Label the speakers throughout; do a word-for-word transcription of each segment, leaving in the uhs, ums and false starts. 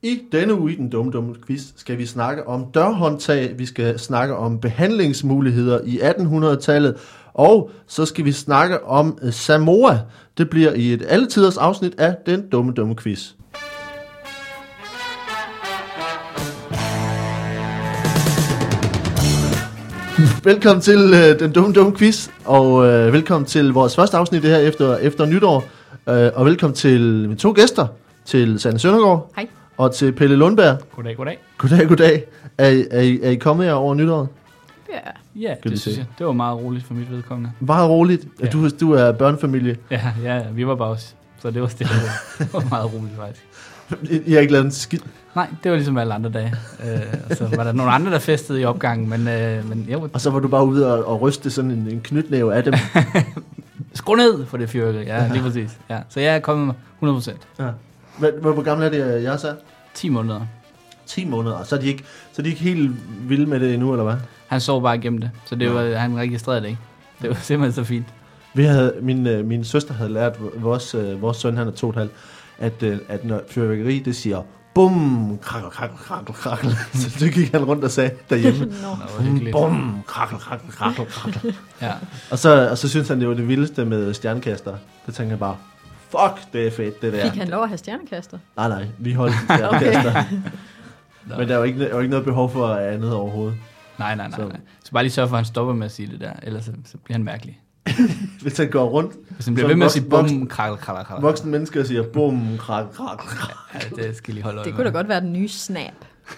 Speaker 1: I denne uge i den dumme, dumme quiz skal vi snakke om dørhåndtag, vi skal snakke om behandlingsmuligheder i attenhundredetallet, og så skal vi snakke om Samoa. Det bliver i et alletiders afsnit af den dumme, dumme quiz. Velkommen til øh, den dumme, dumme quiz, og øh, velkommen til vores første afsnit det her efter, efter nytår, øh, og velkommen til mine to gæster, til Sanne Søndergaard.
Speaker 2: Hej.
Speaker 1: Og til Pelle Lundberg.
Speaker 3: Goddag, goddag.
Speaker 1: Goddag, goddag. Er, I, er, I, er I kommet her over nytåret?
Speaker 2: Ja,
Speaker 3: ja det synes jeg. Det var meget roligt for mit vedkommende.
Speaker 1: Meget roligt. Ja. Du, du er børnefamilie.
Speaker 3: Ja, ja, vi var bare også. Så det var stille. Det var meget roligt faktisk.
Speaker 1: I, I har ikke lavet en skid?
Speaker 3: Nej, det var ligesom alle andre dage. Øh, og så var der nogle andre, der festede i opgangen. Men, øh, men jo.
Speaker 1: Og så var du bare ude og, og ryste sådan en, en knytnæve af dem.
Speaker 3: Skru ned for det fyrke. Ja, lige præcis. Ja. Så jeg er kommet hundrede procent.
Speaker 1: Ja. Hvor, hvor gammel er det, jeg så?
Speaker 3: ti måneder.
Speaker 1: ti måneder. Så er de ikke, så er de ikke helt vilde med det endnu, eller hvad?
Speaker 3: Han sov bare igennem det. Så det var, han registrerede det ikke. Det var simpelthen så fint.
Speaker 1: Vi havde, min, min søster havde lært vores, vores søn, han er to og et halvt, at, at når fyrværkeri, det siger bum, krakkel, krakkel, krakkel, krakkel. Så det gik han rundt og sagde derhjemme.
Speaker 3: no.
Speaker 1: Bum, krakkel, krakkel, krakkel, krakkel.
Speaker 3: Ja.
Speaker 1: Og så, og så synes han, det var det vildeste med stjernekaster. Det tænkte jeg bare, fuck, det er fedt, det der.
Speaker 2: Fik han lov at have stjernekaster?
Speaker 1: Nej, nej, vi holdt stjernekaster.
Speaker 2: Okay.
Speaker 1: Men der var ikke, der var ikke noget behov for andet overhovedet.
Speaker 3: Nej, nej, nej.
Speaker 1: Så,
Speaker 3: nej. Så bare lige sørge for, at han stopper med at sige det der, ellers så, så bliver han mærkelig.
Speaker 1: Hvis han går rundt.
Speaker 3: Hvis han bliver ved med at sige bum, krakkel, krakkel, krakkel.
Speaker 1: Voksne mennesker siger bum, krakkel, krakkel.
Speaker 3: Ja, det skal lige holde øje
Speaker 2: Det kunne da godt være den nye snap.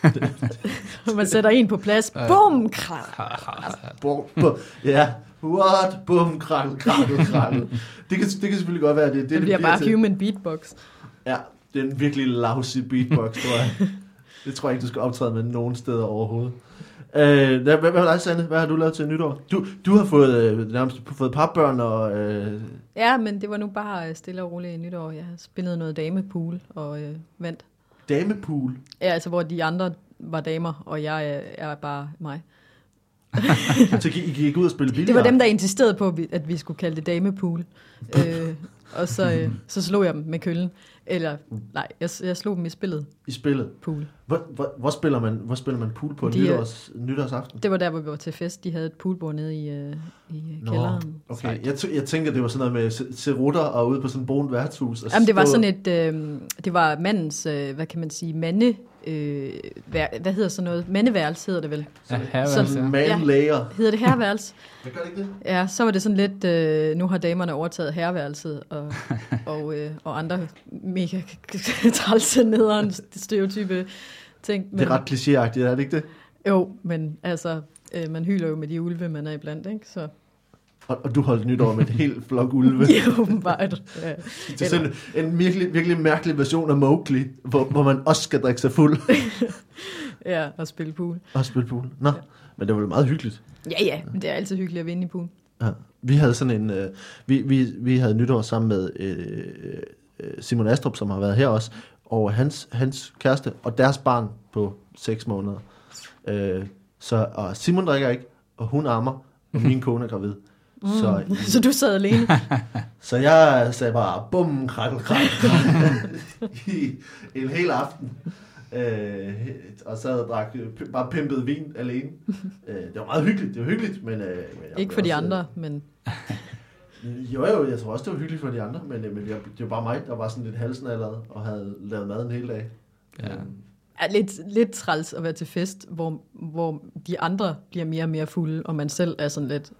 Speaker 2: Man sætter en på plads. Bum, krakkel.
Speaker 1: Ja, what? Bum, krakkel, krakkel, krakkel. Det kan, det kan selvfølgelig godt være det. Det,
Speaker 2: det bliver
Speaker 1: det
Speaker 2: bare
Speaker 1: til.
Speaker 2: Human beatbox.
Speaker 1: Ja, det er en virkelig lousy beatbox, tror jeg. Det tror jeg ikke, du skal optræde med nogen steder overhovedet. Øh, hvad, hvad med dig, Sanne? Hvad har du lavet til nytår? Du, du har fået, øh, nærmest fået papbørn og... Øh...
Speaker 2: Ja, men det var nu bare stille og roligt i nytår. Jeg har spillet noget damepool og øh, vandt.
Speaker 1: Damepool?
Speaker 2: Ja, altså hvor de andre var damer, og jeg er, er bare mig.
Speaker 1: Så I gik ud og spille billiard?
Speaker 2: Det var dem, der insisterede på, at vi skulle kalde det damepool. øh, og så, øh, så slog jeg dem med køllen. Eller, nej, jeg, jeg slog dem i spillet.
Speaker 1: I spillet?
Speaker 2: Pool.
Speaker 1: Hvor, hvor, hvor, spiller, man, hvor spiller man pool på
Speaker 2: De,
Speaker 1: nytårs, nytårsaften?
Speaker 2: Det var der, hvor vi var til fest. De havde et poolbord nede i, øh, i Nå, kælderen.
Speaker 1: Okay, jeg, t- jeg tænker, det var sådan noget med cerutter og ude på sådan et brunt værtshus. Og
Speaker 2: Jamen, det var
Speaker 1: stå...
Speaker 2: sådan et, øh, det var mandens, øh, hvad kan man sige, mande, øh, vær, hvad hedder sådan noget? Mandeværelse hedder det vel?
Speaker 3: Ja, herværelse.
Speaker 1: Man layer.
Speaker 2: Ja, hedder det herværelse?
Speaker 1: Hvad gør det ikke det?
Speaker 2: Ja, så var det sådan lidt, øh, nu har damerne overtaget herværelset, og, og, øh, og andre mega trælse nederen stereotype ting. Men,
Speaker 1: det er ret klichéagtigt, er det ikke det?
Speaker 2: Jo, men altså, øh, man hyler jo med de ulve, man er iblandt, ikke? Så...
Speaker 1: Og, og du holdt nytår med et helt flok ulve.
Speaker 2: Ja, åbenbart. Ja.
Speaker 1: Det er sådan en virkelig, virkelig mærkelig version af Mowgli, hvor, hvor man også skal drikke sig fuld.
Speaker 2: Ja, og spille pool.
Speaker 1: Og spille pool. Nå, ja. Men det var jo meget hyggeligt.
Speaker 2: Ja, ja, men det er altid hyggeligt at vinde i pool.
Speaker 1: Ja. Vi havde sådan en, øh, vi, vi, vi havde nytår sammen med øh, øh, Simon Astrup, som har været her også, og hans, hans kæreste og deres barn på seks måneder. Øh, så, og Simon drikker ikke, og hun ammer, og min kone er gravid.
Speaker 2: Mm.
Speaker 1: Så, øh,
Speaker 2: så du sad alene?
Speaker 1: Så jeg sagde bare, bum, krakkel, krakkel, i en hel aften. Øh, og sad og drak p- bare pimpet vin alene. Øh, det var meget hyggeligt, det var hyggeligt, men... Øh, men
Speaker 2: ikke for de
Speaker 1: også,
Speaker 2: andre,
Speaker 1: øh,
Speaker 2: men...
Speaker 1: Jo, jo, jeg tror også, det var hyggeligt for de andre, men, men jeg, det var bare mig, der var sådan lidt halsnallet og havde lavet mad en hel dag.
Speaker 3: Ja.
Speaker 2: Ja, lidt, lidt træls at være til fest, hvor, hvor de andre bliver mere og mere fulde, og man selv er sådan lidt...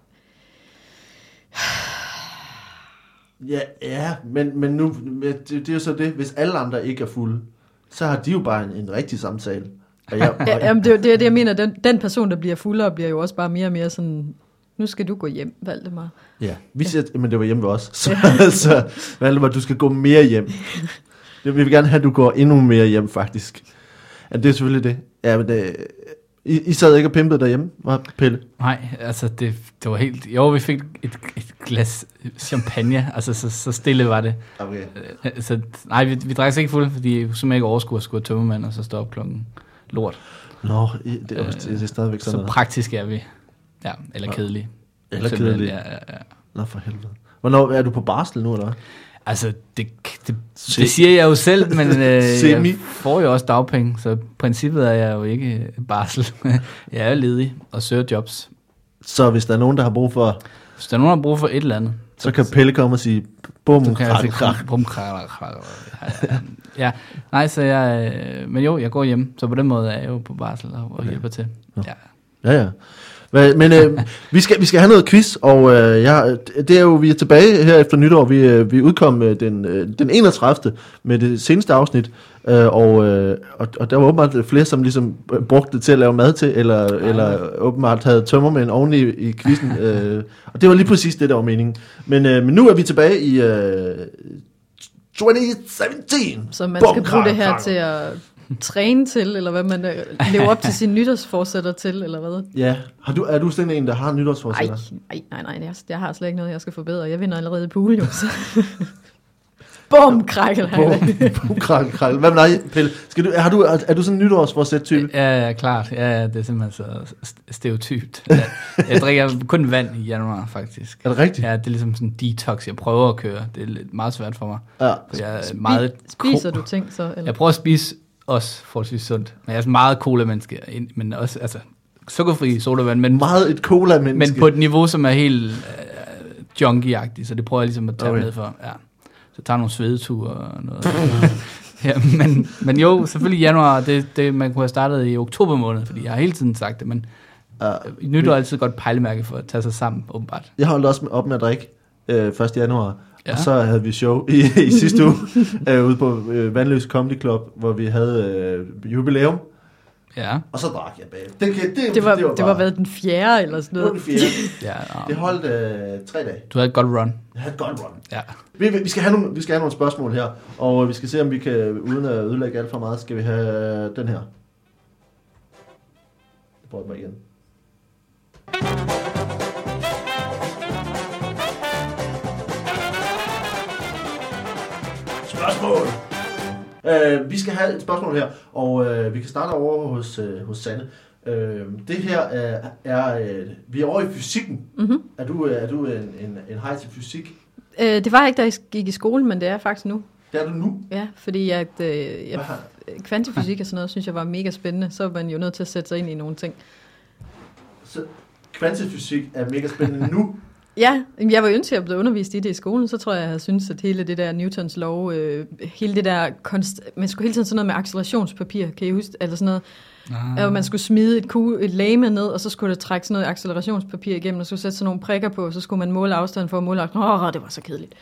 Speaker 1: Ja, ja, men, men nu, det, det er jo så det, hvis alle andre ikke er fulde, så har de jo bare en, en rigtig samtale. Og jeg, og
Speaker 2: ja, jamen, det er det, det, jeg mener. Den, den person, der bliver fuldere, bliver jo også bare mere og mere sådan, nu skal du gå hjem, Valdemar.
Speaker 1: Ja, vi siger, ja. Men det var hjemme ved os. Så, så Valdemar, du skal gå mere hjem. Det vil vi gerne have, at du går endnu mere hjem, faktisk. Ja, det er selvfølgelig det. Ja, men det, I, I sad ikke og pimpede derhjemme, var Pelle?
Speaker 3: Nej, altså det, det var helt... Jo, vi fik et, et glas champagne, altså så, så stille var det.
Speaker 1: Okay.
Speaker 3: Så nej, vi, vi drak sig ikke fuld, fordi vi simpelthen ikke overskuer at skulle tømmermand, og så stå op klokken lort.
Speaker 1: Nå, det er, det, det er stadigvæk sådan
Speaker 3: Så
Speaker 1: noget.
Speaker 3: praktisk er vi. Ja, eller kedelig.
Speaker 1: Eller kedelig.
Speaker 3: Ja, ja, ja.
Speaker 1: Nå, for helvede. Hvornår er du på barsel nu, eller hvad?
Speaker 3: Altså, det, det, det siger jeg jo selv, men øh,
Speaker 1: Semi.
Speaker 3: jeg får jo også dagpenge, så i princippet er jeg jo ikke barsel. Jeg er ledig og søger jobs.
Speaker 1: Så hvis der er nogen, der har brug for...
Speaker 3: Hvis der er nogen, der har brug for et eller andet,
Speaker 1: Så kan Pelle komme og sige, bum,
Speaker 3: så kan jeg
Speaker 1: krak,
Speaker 3: sige,
Speaker 1: krak.
Speaker 3: bum, krak, krak. Ja, ja, nej, så jeg... øh, Men jo, jeg går hjem, så på den måde er jeg jo på barsel og, og hjælper til. Ja.
Speaker 1: Ja, ja. Hva- Men øh, vi, skal, vi skal have noget quiz, og øh, ja, det er jo, vi er tilbage her efter nytår. Vi, øh, vi udkom øh, den, øh, den enogtredivte med det seneste afsnit, øh, og, øh, og, og der var åbenbart flere, som ligesom brugte det til at lave mad til, eller, ja. eller åbenbart havde tømmermænd oven i, i quizzen. Øh, og det var lige præcis det, der var meningen. Men, øh, men nu er vi tilbage i øh, tyve sytten.
Speaker 2: Så man
Speaker 1: Bum,
Speaker 2: skal bruge
Speaker 1: krak,
Speaker 2: det her
Speaker 1: krak.
Speaker 2: til at træne til, eller hvad man øh, lever op til sine nytårsforsætter til, eller hvad?
Speaker 1: Ja, har du, er du sådan en, der har
Speaker 2: Ej,
Speaker 1: nytårsforsætter?
Speaker 2: nej, nej, nej, jeg, jeg har slet ikke noget, jeg skal forbedre. Jeg vinder allerede i pool, jo. Så. Bum, krakkel.
Speaker 1: Bum, krak, krak. Hvad med dig, Pelle? Skal du, er, du, er, er du sådan en nytårsforsæt-type?
Speaker 3: Ja, ja, klart. Ja, ja, det er simpelthen så stereotypt. Jeg, jeg drikker kun vand i januar, faktisk.
Speaker 1: Er det rigtigt?
Speaker 3: Ja, det er ligesom sådan en detox, jeg prøver at køre. Det er lidt meget svært for mig.
Speaker 1: Ja.
Speaker 3: For jeg er meget
Speaker 2: Spiser
Speaker 3: ko-
Speaker 2: du ting så? Eller?
Speaker 3: Jeg prøver at spise også forholdsvis sundt. Men jeg er sådan meget cola-menneske, men også altså, sukkerfri sodavand, men,
Speaker 1: Meget et cola-menneske.
Speaker 3: men på et niveau, som er helt øh, junkie-agtigt, så det prøver jeg ligesom at tage
Speaker 1: Okay.
Speaker 3: okay. ned for. Ja. Så tager nogle svedeture og noget. Ja, men, men jo, selvfølgelig januar, det, det, man kunne have startet i oktober måned, fordi jeg har hele tiden sagt det, men
Speaker 1: Ja.
Speaker 3: nytår er altid et godt pejlemærke for at tage sig sammen, åbenbart.
Speaker 1: Jeg holdt også op med at drikke øh, første januar,
Speaker 3: Ja.
Speaker 1: og så havde vi show i, i sidste uge øh, ude på øh, Vandløs Comedy Club, hvor vi havde øh, jubilæum,
Speaker 3: Ja,
Speaker 1: og så drak jeg bag. Det, kan- det,
Speaker 2: Det var,
Speaker 1: det var,
Speaker 2: det var været den fjerde, eller sådan
Speaker 1: det var
Speaker 2: noget.
Speaker 1: den fjerde.
Speaker 3: ja.
Speaker 1: Det
Speaker 3: ja.
Speaker 1: holdt øh, tre dage.
Speaker 3: Du havde et godt run.
Speaker 1: Jeg havde et godt run.
Speaker 3: Ja.
Speaker 1: Vi, vi, vi, skal have nogle, vi skal have nogle spørgsmål her, og vi skal se, om vi kan, uden at ødelægge alt for meget, skal vi have den her. Jeg prøver mig igen. Spørgsmål! Uh, vi skal have et spørgsmål her, og uh, vi kan starte over hos, uh, hos Sanne. Uh, det her er, er uh, vi er over i fysikken.
Speaker 2: Mm-hmm.
Speaker 1: Er du, uh, er du en, en, en hej til fysik?
Speaker 2: Øh, det var ikke, da jeg gik i skole, men det er faktisk nu.
Speaker 1: Det er du nu?
Speaker 2: Ja, fordi at, øh, jeg,
Speaker 1: Hvad har-
Speaker 2: kvantefysik og sådan noget, synes jeg var mega spændende. Så er man jo nødt til at sætte sig ind i nogle ting.
Speaker 1: Så kvantefysik er mega spændende nu.
Speaker 2: Ja, jeg var ønsket, at jeg blev undervist i det i skolen, så tror jeg, jeg havde syntes, at hele det der Newtons lov, øh, hele det der, konst- man skulle hele tiden sådan noget med accelerationspapir, kan I huske, eller sådan noget,
Speaker 3: Ah.
Speaker 2: at man skulle smide et, ku- et lame ned, og så skulle det trække sådan noget accelerationspapir igennem, og så skulle sætte sådan nogle prikker på, og så skulle man måle afstanden for at måle afstanden. Åh, det var så kedeligt.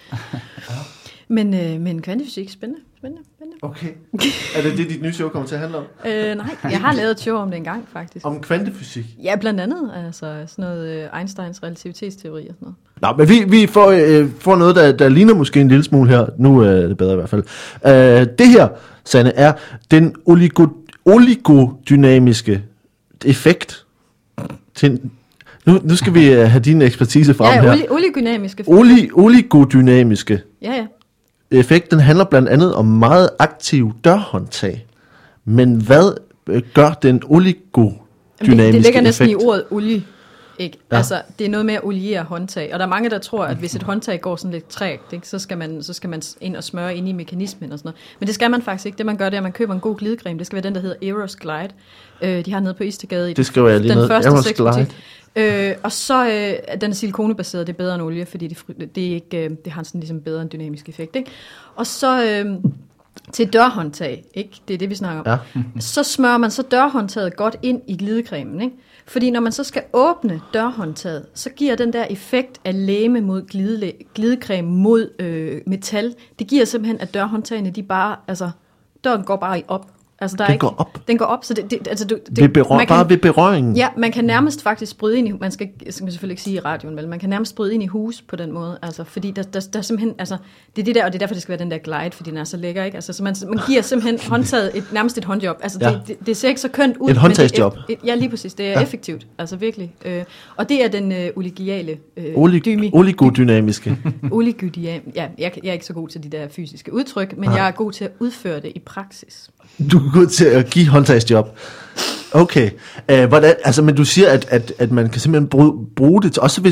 Speaker 2: men, øh, men kvantefysik, spændende, spændende, spændende.
Speaker 1: Okay. Er det det, dit nye show kommer til at handle om?
Speaker 2: Øh, nej, jeg har lavet et show om det engang, faktisk.
Speaker 1: Om kvantefysik?
Speaker 2: Ja, blandt andet, altså sådan noget øh, Einsteins relativitetsteori og sådan noget.
Speaker 1: Nå, men vi, vi får, øh, får noget, der, der ligner måske en lille smule her. Nu er det bedre i hvert fald. Øh, det her, Sanne, er den oligo, oligodynamiske effekt. Til, nu, nu skal vi øh, have din ekspertise frem
Speaker 2: Ja,
Speaker 1: her.
Speaker 2: oli- oligodynamiske.
Speaker 1: Oli, oligodynamiske
Speaker 2: Ja, ja.
Speaker 1: effekt, den handler blandt andet om meget aktiv dørhåndtag. Men hvad øh, gør den oligodynamiske
Speaker 2: Jamen, det, det ligger næsten
Speaker 1: effekt?
Speaker 2: i ordet olie. Ikke?
Speaker 1: Ja.
Speaker 2: Ja. Altså, det er noget med at oliere håndtag. Og der er mange, der tror, at hvis et håndtag går sådan lidt trægt, ikke, så, skal man, så skal man ind og smøre ind i mekanismen og sådan noget. Men det skal man faktisk ikke. Det man gør, det er, at man køber en god glidecreme. Det skal være den, der hedder Eros Glide. Øh, de har nede på Istegade i
Speaker 1: Det skriver jeg lige
Speaker 2: den
Speaker 1: ned.
Speaker 2: første
Speaker 1: Eros
Speaker 2: sexbutik. Øh, og så øh, den er silikonebaseret, det er bedre end olie, fordi det, fry- det, er ikke, øh, det har sådan ligesom bedre en dynamisk effekt. Ikke? Og så øh, til dørhåndtag, ikke? Det er det, vi snakker om.
Speaker 1: Ja.
Speaker 2: Så smører man så dørhåndtaget godt ind i glidecremen, ikke? Fordi når man så skal åbne dørhåndtaget, så giver den der effekt af læme mod glide, glidecreme mod øh, metal, det giver simpelthen, at dørhåndtagene, de bare, altså, døren går bare op. Altså, der er
Speaker 1: Den
Speaker 2: ikke,
Speaker 1: går op?
Speaker 2: Den går op, så det, det altså, du, det,
Speaker 1: Ved berør,
Speaker 2: man kan-
Speaker 1: bare ved berøringen?
Speaker 2: Ja, man kan nærmest faktisk bryde ind i, man skal, skal man selvfølgelig ikke sige i radioen, vel, man kan nærmest bryde ind i hus på den måde, altså, fordi der, der, der er simpelthen, altså, det er det der, og det er derfor, det skal være den der glide, fordi den er så lækker, ikke? Altså, så man, man giver simpelthen håndtaget et, nærmest et håndjob, altså,
Speaker 1: Ja.
Speaker 2: det, det, det ser ikke så kønt ud.
Speaker 1: Et
Speaker 2: men
Speaker 1: håndtagsjob.
Speaker 2: det er eff- Ja, lige præcis, det er
Speaker 1: Ja.
Speaker 2: ja. effektivt, altså virkelig, øh, og det er den øh, oligiale øh,
Speaker 1: Oli,
Speaker 2: dymi.
Speaker 1: oligodynamiske.
Speaker 2: Oligodyam, ja, jeg, jeg er ikke så god til de der fysiske udtryk, men
Speaker 1: Nej.
Speaker 2: jeg er god til at udføre det i praksis.
Speaker 1: Du er god til at give håndtagsjob. Okay. Uh, hvordan, altså, men du siger, at, at, at man kan simpelthen bruge, bruge det til, også hvis,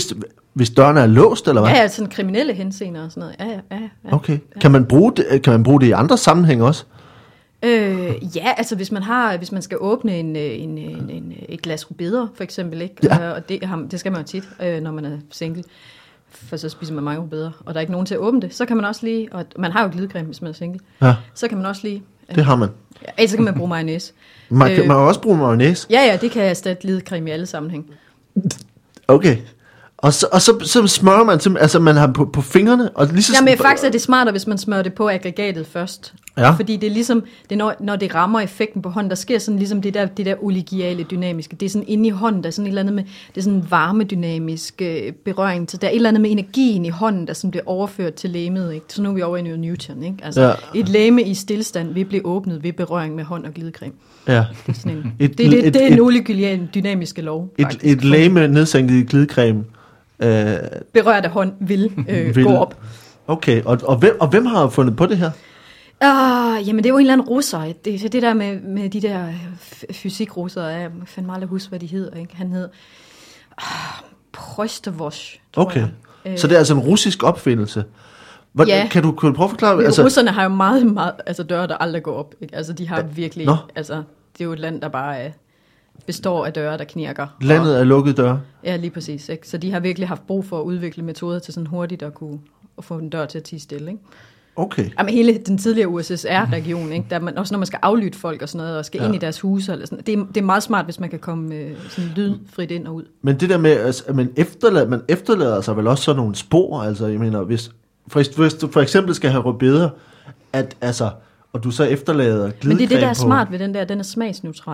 Speaker 1: hvis dørene er låst, eller hvad?
Speaker 2: Ja, ja, sådan kriminelle henseender og sådan noget. Ja, ja, ja. ja.
Speaker 1: Okay. Kan man bruge det, kan man bruge det i andre sammenhænge også?
Speaker 2: Øh, ja, altså hvis man har, hvis man skal åbne en, en, en, en et glas rødbeder, for eksempel, ikke?
Speaker 1: Ja.
Speaker 2: Og det, det skal man jo tit, øh, når man er single, for så spiser man mange rødbeder, og der er ikke nogen til at åbne det, så kan man også lige, og man har jo glidecreme, hvis man er single,
Speaker 1: Ja,
Speaker 2: så kan man også lige, øh,
Speaker 1: det har man.
Speaker 2: ja, ellers så kan man bruge mayonnaise.
Speaker 1: Man kan,
Speaker 2: Øh.
Speaker 1: man kan også bruge mayonnaise.
Speaker 2: Ja, ja, det kan erstatte glidecreme i alle sammenhæng.
Speaker 1: Okay. Og så, og så, så smører man simpelthen, altså man har på, på fingrene, og lige så...
Speaker 2: Jamen faktisk er det smartere, hvis man smører det på aggregatet først.
Speaker 1: Ja.
Speaker 2: Fordi det er ligesom, det er når, når det rammer effekten på hånden, der sker sådan ligesom det der, det der oligiale dynamiske. Det er sådan inde i hånden, der er sådan et eller andet med, det er sådan en varmedynamisk øh, berøring. Så der er et eller andet med energien i hånden, der sådan bliver overført til legemet. Ikke? Så nu er vi over i Newton. Ikke? Altså
Speaker 1: Ja.
Speaker 2: et legeme i stillstand vil blive åbnet ved berøring med hånd og glidecreme.
Speaker 1: Ja.
Speaker 2: Det er sådan en,
Speaker 1: Et-
Speaker 2: det, er det,
Speaker 1: et-
Speaker 2: det er
Speaker 1: et-
Speaker 2: en oligiale dynamiske lov.
Speaker 1: Et,
Speaker 2: faktisk.
Speaker 1: et lægeme nedsænket i glidecreme. Øh,
Speaker 2: Berørt af hånd vil, øh,
Speaker 1: Vil.
Speaker 2: gå op.
Speaker 1: okay, og, og, hvem, og hvem har fundet på det her?
Speaker 2: Ah, jamen det er jo en eller anden russer. Det, det der med, med de der f- fysikrussere, jeg fandt mig aldrig huske, hvad de hedder. Ikke? Han hed ah, Prostavosh, tror
Speaker 1: Okay,
Speaker 2: jeg.
Speaker 1: så det er altså en russisk opfindelse. Hvor,
Speaker 2: Ja.
Speaker 1: kan, du, kan du prøve at forklare?
Speaker 2: Men
Speaker 1: Altså,
Speaker 2: russerne har jo meget, meget altså døre, der aldrig går op. Ikke? Altså de har virkelig,
Speaker 1: Nå.
Speaker 2: altså det er jo et land, der bare er, består af døre, der knirker.
Speaker 1: landet er lukket døre.
Speaker 2: Ja, lige præcis. Ikke? Så de har virkelig haft brug for at udvikle metoder til sådan hurtigt at kunne at få en dør til at tie stille. Ikke?
Speaker 1: Okay.
Speaker 2: Jamen hele den tidligere U S S R-region, ikke? Der man, også når man skal aflytte folk og sådan noget, og skal
Speaker 1: Ja.
Speaker 2: ja. ind i deres huse, eller sådan, det, er, det er meget smart, hvis man kan komme øh, sådan lydfrit ind og ud.
Speaker 1: Men det der med, altså, at man efterlader, man efterlader sig vel også sådan nogle spor, altså jeg mener, hvis, for, hvis du for eksempel skal have rødbeder, at altså, og du så efterlader glidecreme
Speaker 2: Men det er det, der er
Speaker 1: på-
Speaker 2: smart ved den der, den er smagsneutral.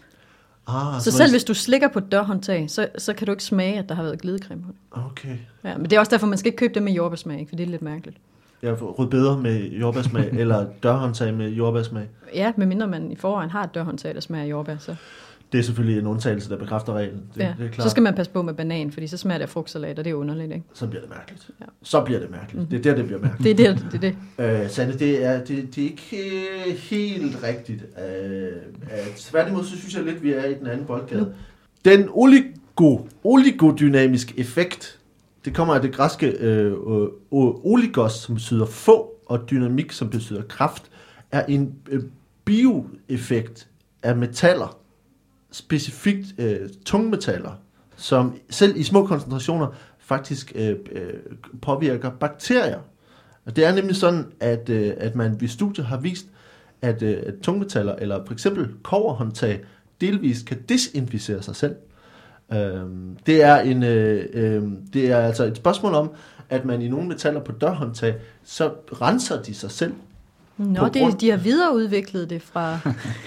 Speaker 1: Ah,
Speaker 2: Så
Speaker 1: man-
Speaker 2: selv hvis du slikker på et dørhåndtag, så, så kan du ikke smage, at der har været glidecreme på det.
Speaker 1: Okay.
Speaker 2: Ja, men det er også derfor, man skal ikke købe det med jordbærsmag, ikke? For det er lidt mærkeligt.
Speaker 1: Jeg får rødbeder med jordbærsmag, eller dørhåndtag med jordbærsmag.
Speaker 2: Ja, medmindre man i forvejen har et dørhåndtag, der smager af jordbær, så,
Speaker 1: Det er selvfølgelig en undtagelse, der bekræfter reglen. Det,
Speaker 2: ja.
Speaker 1: det er klart.
Speaker 2: så skal man passe på med banan, fordi så smager det af frugtsalat, og det er underligt, ikke?
Speaker 1: Så bliver det mærkeligt.
Speaker 2: Ja.
Speaker 1: Så bliver det mærkeligt. Mm. Det er der, det bliver mærkeligt.
Speaker 2: Det er det, det, er det.
Speaker 1: Øh, Sande, det er, det, det er ikke øh, helt rigtigt. Øh, øh, tværtimod, så synes jeg lidt, vi er i den anden boldgade.
Speaker 2: Nu.
Speaker 1: Den oligo, oligodynamiske effekt, det kommer af det græske øh, øh, oligos, som betyder få, og dynamik, som betyder kraft, er en øh, bioeffekt af metaller, specifikt øh, tungmetaller, som selv i små koncentrationer faktisk øh, øh, påvirker bakterier. Og det er nemlig sådan, at, øh, at man ved studier har vist, at, øh, at tungmetaller, eller for eksempel kobberhåndtag, delvist kan desinficere sig selv. Øhm, det, er en, øh, øh, det er altså et spørgsmål om, at man i nogle metaller på dørhåndtag, så renser de sig selv.
Speaker 2: Nå,
Speaker 1: På
Speaker 2: det,
Speaker 1: grund-
Speaker 2: de har videreudviklet det fra...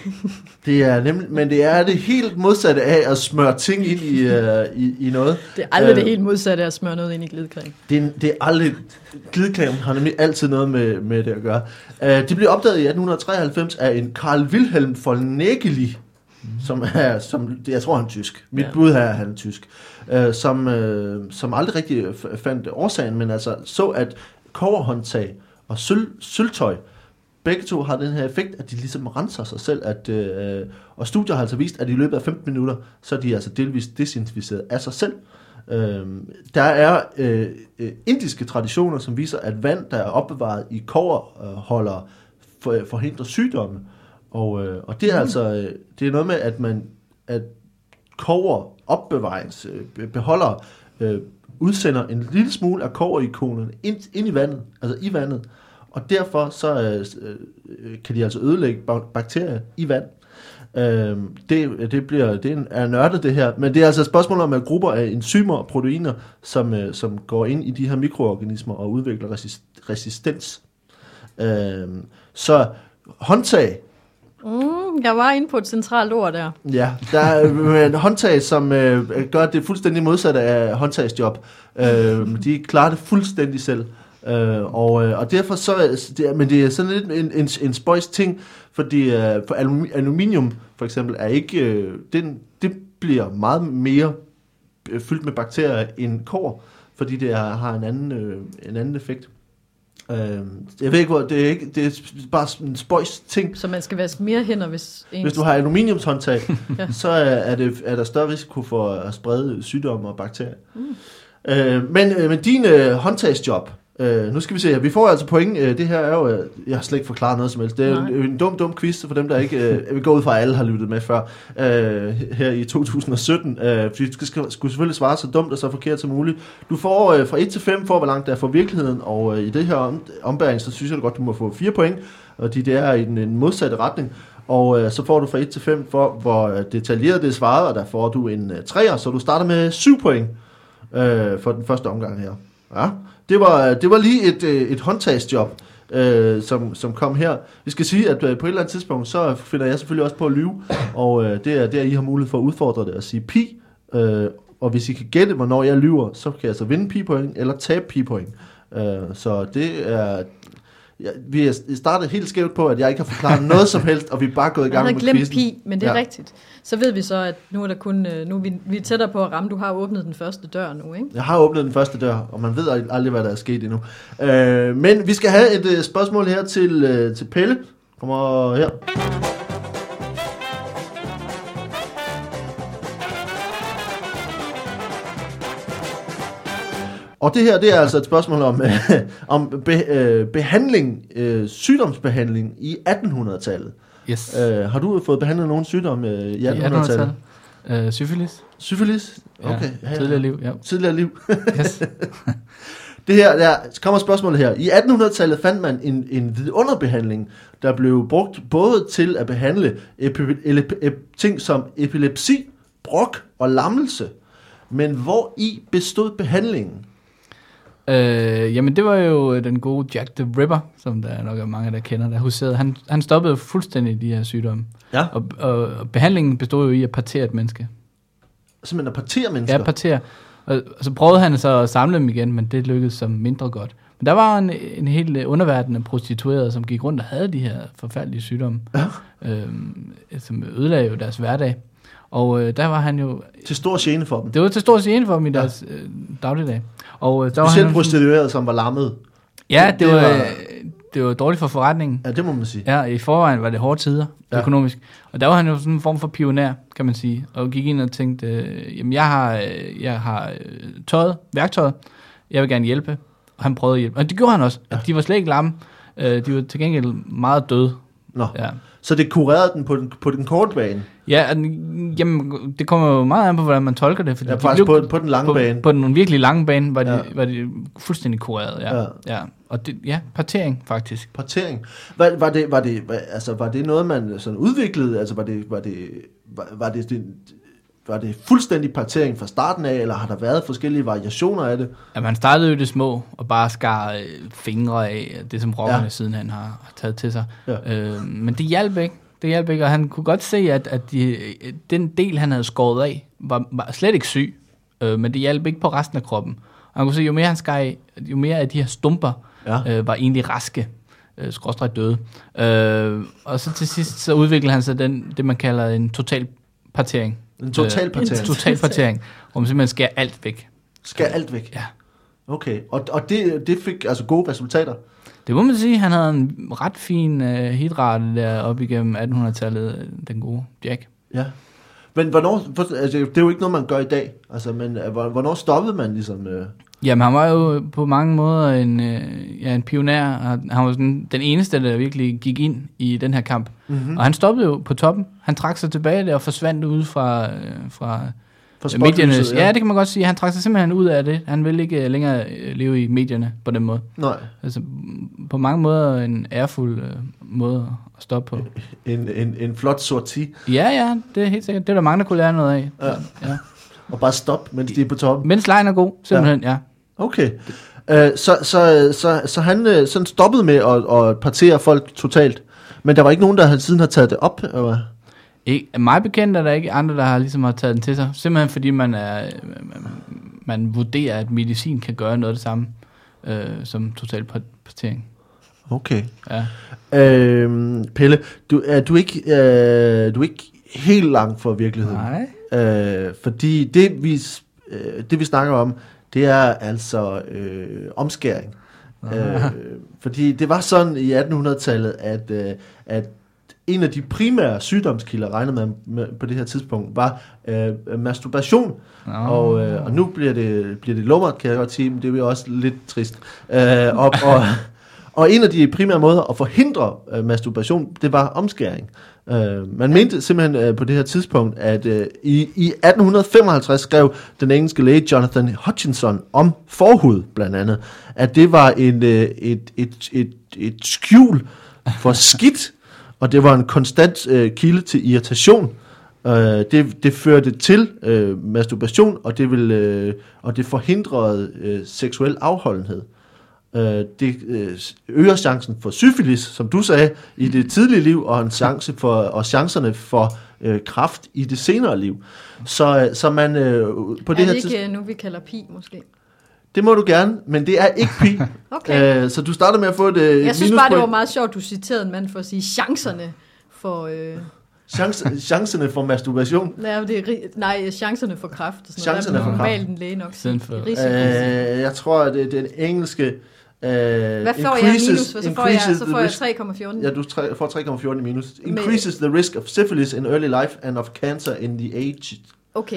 Speaker 1: Det er nemlig, men det er det helt modsatte af at smøre ting ind i, øh, i, i noget.
Speaker 2: Det er aldrig
Speaker 1: Øh,
Speaker 2: det helt modsatte af at smøre noget ind i glidecreme.
Speaker 1: Det er, det er aldrig... Glidecreme har nemlig altid noget med, med det at gøre. Uh, det blev opdaget i atten treoghalvfems af en Carl Wilhelm von Nägeli, mm. som er, som, det, jeg tror han er tysk. Mit
Speaker 2: Ja.
Speaker 1: bud her er, han er tysk. Uh, som, uh, som aldrig rigtig f- fandt årsagen, men altså så, at kobberhåndtag og sølv, sølvtøj, begge to har den her effekt, at de ligesom renser sig selv. At, øh, og studier har altså vist, at i løbet af femten minutter, så er de altså delvist desinficeret af sig selv. Øh, der er øh, øh, indiske traditioner, som viser, at vand, der er opbevaret i kobberholdere, for, forhindrer sygdomme. Og, øh, og det er mm. altså øh, det er noget med, at man at kobber opbevaringsbeholdere øh, udsender en lille smule af kobberionerne ind, ind i vandet, altså i vandet. Og derfor så øh, kan de altså ødelægge bakterier i vand. Øh, det, det, bliver, det er nørdet det her, men det er altså et spørgsmål om, at grupper af enzymer og proteiner, som, øh, som går ind i de her mikroorganismer og udvikler resist- resistens. Øh, så håndtag,
Speaker 2: Mm, jeg var inde på et centralt ord der.
Speaker 1: ja, der er en håndtag, som øh, gør det fuldstændig modsatte af håndtagsjob. Øh, de klarer det fuldstændig selv. Øh, og, øh, og derfor så, det er, men det er sådan lidt en, en, en spøjs ting, fordi øh, for alumi- aluminium for eksempel er ikke, øh, den, det bliver meget mere øh, fyldt med bakterier end kobber, fordi det er, har en anden, øh, en anden effekt. Øh, jeg ved ikke hvor, det er, ikke, det er bare en spøjs ting.
Speaker 2: Så man skal vaske mere hænder, hvis... Ens...
Speaker 1: Hvis du har aluminiumshåndtag,
Speaker 2: Ja.
Speaker 1: så er, er, det, er der større risiko for at sprede sygdomme og bakterier. Mm. Øh, men, øh, men din øh, håndtagsjob, øh, nu skal vi se her, vi får altså point, øh, det her er jo, øh, jeg har slet ikke forklaret noget som helst, det er en, en dum, dum quiz for dem, der ikke, øh, jeg vil gå ud fra, at alle har lyttet med før, øh, her i to tusind og sytten, øh, fordi du skal, skal, skulle selvfølgelig svare så dumt og så forkert som muligt. Du får øh, fra et til fem, for hvor langt der er fra virkeligheden, og øh, i det her om, ombæring, så synes jeg godt, du må få fire point, og de der er i den, den modsatte retning. Og øh, så får du fra et til fem for, hvor øh, detaljeret det er svaret, og der får du en øh, treer, så du starter med syv point øh, for den første omgang her. Ja, det var, det var lige et, øh, et håndtagsjob, øh, som, som kom her. Vi skal sige, at øh, på et eller andet tidspunkt, så finder jeg selvfølgelig også på at lyve, og øh, det er der, I har mulighed for at udfordre det og sige pi. Øh, og hvis I kan gætte, hvornår jeg lyver, så kan jeg altså vinde pi-point eller tabe pi-point. Øh, så det er... Ja, vi er startet helt skævt på, at jeg ikke har forklaret noget som helst, og vi er bare gået i gang med quizzen.
Speaker 2: Jeg har glemt pi, men det er
Speaker 1: ja.
Speaker 2: rigtigt. Så ved vi så, at nu er der kun, nu er vi, vi er tættere på at ramme. Du har åbnet den første dør nu, ikke?
Speaker 1: Jeg har åbnet den første dør, og man ved aldrig, hvad der er sket endnu. Øh, men vi skal have et uh, spørgsmål her til, uh, til Pelle. Kommer her. Og det her, det er altså et spørgsmål om, øh, om be, øh, behandling, øh, sygdomsbehandling i attenhundredetallet.
Speaker 3: Yes.
Speaker 1: Øh, har du fået behandlet nogen sygdom øh, i attenhundredetallet?
Speaker 3: Uh, syfilis.
Speaker 1: Syfilis? Okay.
Speaker 3: Ja, tidligere liv, ja.
Speaker 1: Tidligere liv.
Speaker 3: Yes.
Speaker 1: Det her, der kommer spørgsmålet her. I attenhundredetallet fandt man en, en vidunderbehandling, der blev brugt både til at behandle epi- ele- ep- ting som epilepsi, brok og lammelse. Men hvor i bestod behandlingen?
Speaker 3: Øh, jamen det var jo den gode Jack the Ripper, som der nok er mange, der kender, der huserede. Han, han stoppede fuldstændig de her sygdomme.
Speaker 1: Ja.
Speaker 3: Og, og, og behandlingen bestod jo i at partere et menneske.
Speaker 1: Simpelthen at partere mennesker?
Speaker 3: Ja, partere. Og, og så prøvede han så at samle dem igen, men det lykkedes som mindre godt. Men der var en, en helt underverden af prostituerede, som gik rundt og havde de her forfærdelige sygdomme,
Speaker 1: ja.
Speaker 3: øhm, som ødelagde jo deres hverdag. Og øh, der var han jo...
Speaker 1: Til stor gene for dem?
Speaker 3: Det var til stor gene for dem i deres ja. øh, dagligdag. Og øh, der
Speaker 1: Specielt
Speaker 3: var han
Speaker 1: prostituerede, som var lammet.
Speaker 3: Ja, det, det, var,
Speaker 1: var,
Speaker 3: det var dårligt for forretningen.
Speaker 1: Ja, det må man sige.
Speaker 3: Ja, i forvejen var det hårde tider ja. økonomisk. Og der var han jo sådan en form for pionær, kan man sige. Og gik ind og tænkte, øh, jamen jeg har, øh, jeg har øh, tøjet, værktøjet, jeg vil gerne hjælpe. Og han prøvede at hjælpe. Og det gjorde han også. Ja. De var slet ikke lamme. Øh, de var til gengæld meget døde.
Speaker 1: Nå.
Speaker 3: Ja.
Speaker 1: Så det kurerede den på den, på den korte bane?
Speaker 3: Ja, jamen, det kommer jo meget an på, hvordan man tolker det. Fordi
Speaker 1: ja,
Speaker 3: de
Speaker 1: faktisk
Speaker 3: blev,
Speaker 1: på, på den lange
Speaker 3: på,
Speaker 1: bane.
Speaker 3: På den virkelig lange bane var de,
Speaker 1: ja.
Speaker 3: var de fuldstændig kureret, ja.
Speaker 1: ja.
Speaker 3: ja. Og det, ja, partering faktisk.
Speaker 1: Partering. Var, var, det, var, det, altså, var det noget, man sådan udviklede? Altså, var det, var det, var, var det, det var det fuldstændig partering fra starten af, eller har der været forskellige variationer af det?
Speaker 3: Ja, man startede jo det små, og bare skar øh, fingre af det, som rockerne
Speaker 1: ja.
Speaker 3: siden han har, har taget til sig. Ja. Øh, men det hjalp ikke. Det hjalp ikke, og han kunne godt se, at, at de, den del, han havde skåret af, var, var slet ikke syg, øh, men det hjalp ikke på resten af kroppen. Og han kunne se, jo mere han skar af, jo mere af de her stumper ja. øh, var egentlig raske, øh, skråstrejt døde. Øh, og så til sidst, så udviklede han sig den, det, man kalder en total partering.
Speaker 1: En total partering?
Speaker 3: En total partering, hvor man simpelthen skærer alt væk.
Speaker 1: Skærer alt væk?
Speaker 3: Ja.
Speaker 1: Okay, og, og det, det fik altså gode resultater?
Speaker 3: Det må man sige. Han havde en ret fin uh, hitrate der op igennem attenhundredetallet, den gode Jack.
Speaker 1: Ja. Men hvornår, for, altså, det er jo ikke noget, man gør i dag. Altså, men hvornår stoppede man ligesom? Øh?
Speaker 3: Jamen, han var jo på mange måder en, øh, ja, en pioner. Han var sådan den eneste, der virkelig gik ind i den her kamp. Mm-hmm. Og han stoppede jo på toppen. Han trak sig tilbage der og forsvandt ud fra... Øh, fra
Speaker 1: For
Speaker 3: medierne.
Speaker 1: Ja.
Speaker 3: ja, det kan man godt sige. Han trak sig simpelthen ud af det. Han ville ikke længere leve i medierne på den måde.
Speaker 1: Nej.
Speaker 3: Altså, på mange måder en ærefuld øh, måde at stoppe på.
Speaker 1: En, en, en flot sorti.
Speaker 3: Ja, ja, det er helt sikkert. Det er der mange, der kunne lære noget af.
Speaker 1: Ja.
Speaker 3: Ja.
Speaker 1: Og bare stoppe, mens de er på toppen.
Speaker 3: Mens lejen er god, simpelthen, ja. ja.
Speaker 1: Okay. Uh, så, så, så, så han sådan stoppede med at, at partere folk totalt. Men der var ikke nogen, der siden har taget det op, eller?
Speaker 3: Ikke, mig bekendt er der ikke andre, der har ligesom har taget den til sig. Simpelthen fordi man er man, man vurderer, at medicin kan gøre noget af det samme øh, som total partering.
Speaker 1: Okay.
Speaker 3: Ja.
Speaker 1: Øhm, Pelle, du er du ikke øh, du er ikke helt langt fra virkeligheden.
Speaker 3: Nej.
Speaker 1: Øh, fordi det vi øh, det vi snakker om, det er altså øh, omskæring. Øh, fordi det var sådan i attenhundredetallet, at øh, at en af de primære sygdomskilder, regnet med, med på det her tidspunkt, var øh, masturbation. Oh. Og, øh, og nu bliver det, bliver det lummert, kan jeg godt sige, men det er jo også lidt trist. Øh, og, og, og en af de primære måder at forhindre øh, masturbation, det var omskæring. Uh, man mente simpelthen uh, på det her tidspunkt, at uh, i, i atten femoghalvtreds skrev den engelske læge Jonathan Hutchinson om forhud, blandt andet, at det var en, uh, et, et, et, et skjul for skidt, og det var en konstant uh, kilde til irritation. Uh, det, det førte til uh, masturbation, og det, ville, uh, og det forhindrede uh, seksuel afholdenhed. Uh, det uh, øger chancen for syfilis, som du sagde, i det tidlige liv, og en chance for, og chancerne for uh, kræft i det senere liv. Så, uh, så man uh, på det
Speaker 2: er
Speaker 1: her
Speaker 2: det ikke
Speaker 1: tids-
Speaker 2: nu, vi kalder pi, måske?
Speaker 1: Det må du gerne, men det er ikke pi.
Speaker 2: Okay.
Speaker 1: Uh, så du starter med at få et, et
Speaker 2: Jeg synes bare, det var
Speaker 1: minuspoint.
Speaker 2: meget sjovt, du citerede en mand for at sige chancerne for... Øh...
Speaker 1: Chance, chancerne for masturbation.
Speaker 2: Nej, det er, ri- nej, chancerne for kræft. Sådan
Speaker 1: Chancerne
Speaker 2: noget.
Speaker 1: for
Speaker 2: Der
Speaker 1: kræft.
Speaker 2: normalt en læge nok
Speaker 3: Siden
Speaker 2: sige.
Speaker 3: for-
Speaker 2: Risiko.
Speaker 1: Uh, jeg tror, at det, det er den engelske... Uh,
Speaker 2: Hvad får jeg minus for? Så får jeg, så får jeg tre komma fjorten.
Speaker 1: Ja, du tre, får tre komma fjorten i minus. Increases the risk of syphilis in early life and of cancer in the age.
Speaker 2: Okay.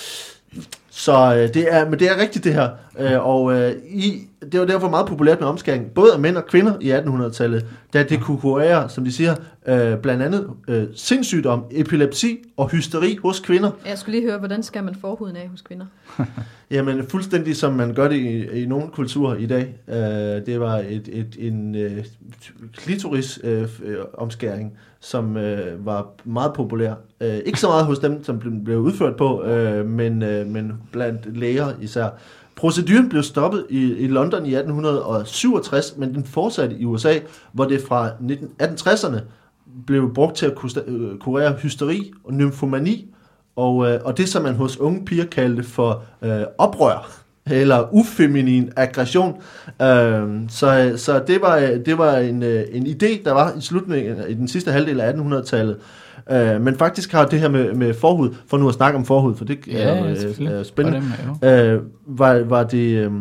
Speaker 1: Så øh, det er, men det er rigtigt det her, øh, og øh, i, det var derfor meget populært med omskæring, både af mænd og kvinder i attenhundredetallet, da det kunne kurere, som de siger, øh, blandt andet øh, sindssygdom, epilepsi og hysteri hos kvinder.
Speaker 2: Jeg skulle lige høre, hvordan skal man forhuden af hos kvinder?
Speaker 1: Jamen fuldstændig som man gør det i, i nogle kulturer i dag. Øh, det var et, et, en øh, klitoris øh, øh, omskæring, som øh, var meget populær. Øh, ikke så meget hos dem, som blev, blev udført på, øh, men, øh, men blandt læger især. Proceduren blev stoppet i, i London i atten syvogtres, men den fortsatte i U S A, hvor det fra atten tresserne blev brugt til at kurere hysteri og nymfomani, og, øh, og det, som man hos unge piger kaldte for øh, oprør, eller ufeminin aggression. Øh, så så det, var, det var en, en idé, der var i slutningen i den sidste halvdel af attenhundredetallet. Øh, men faktisk har det her med, med forhud, for nu at snakke om forhud, for det
Speaker 3: Ja,
Speaker 1: er
Speaker 3: selvfølgelig.
Speaker 1: øh, spændende,
Speaker 3: Dem er
Speaker 1: øh, var, var det... Øh,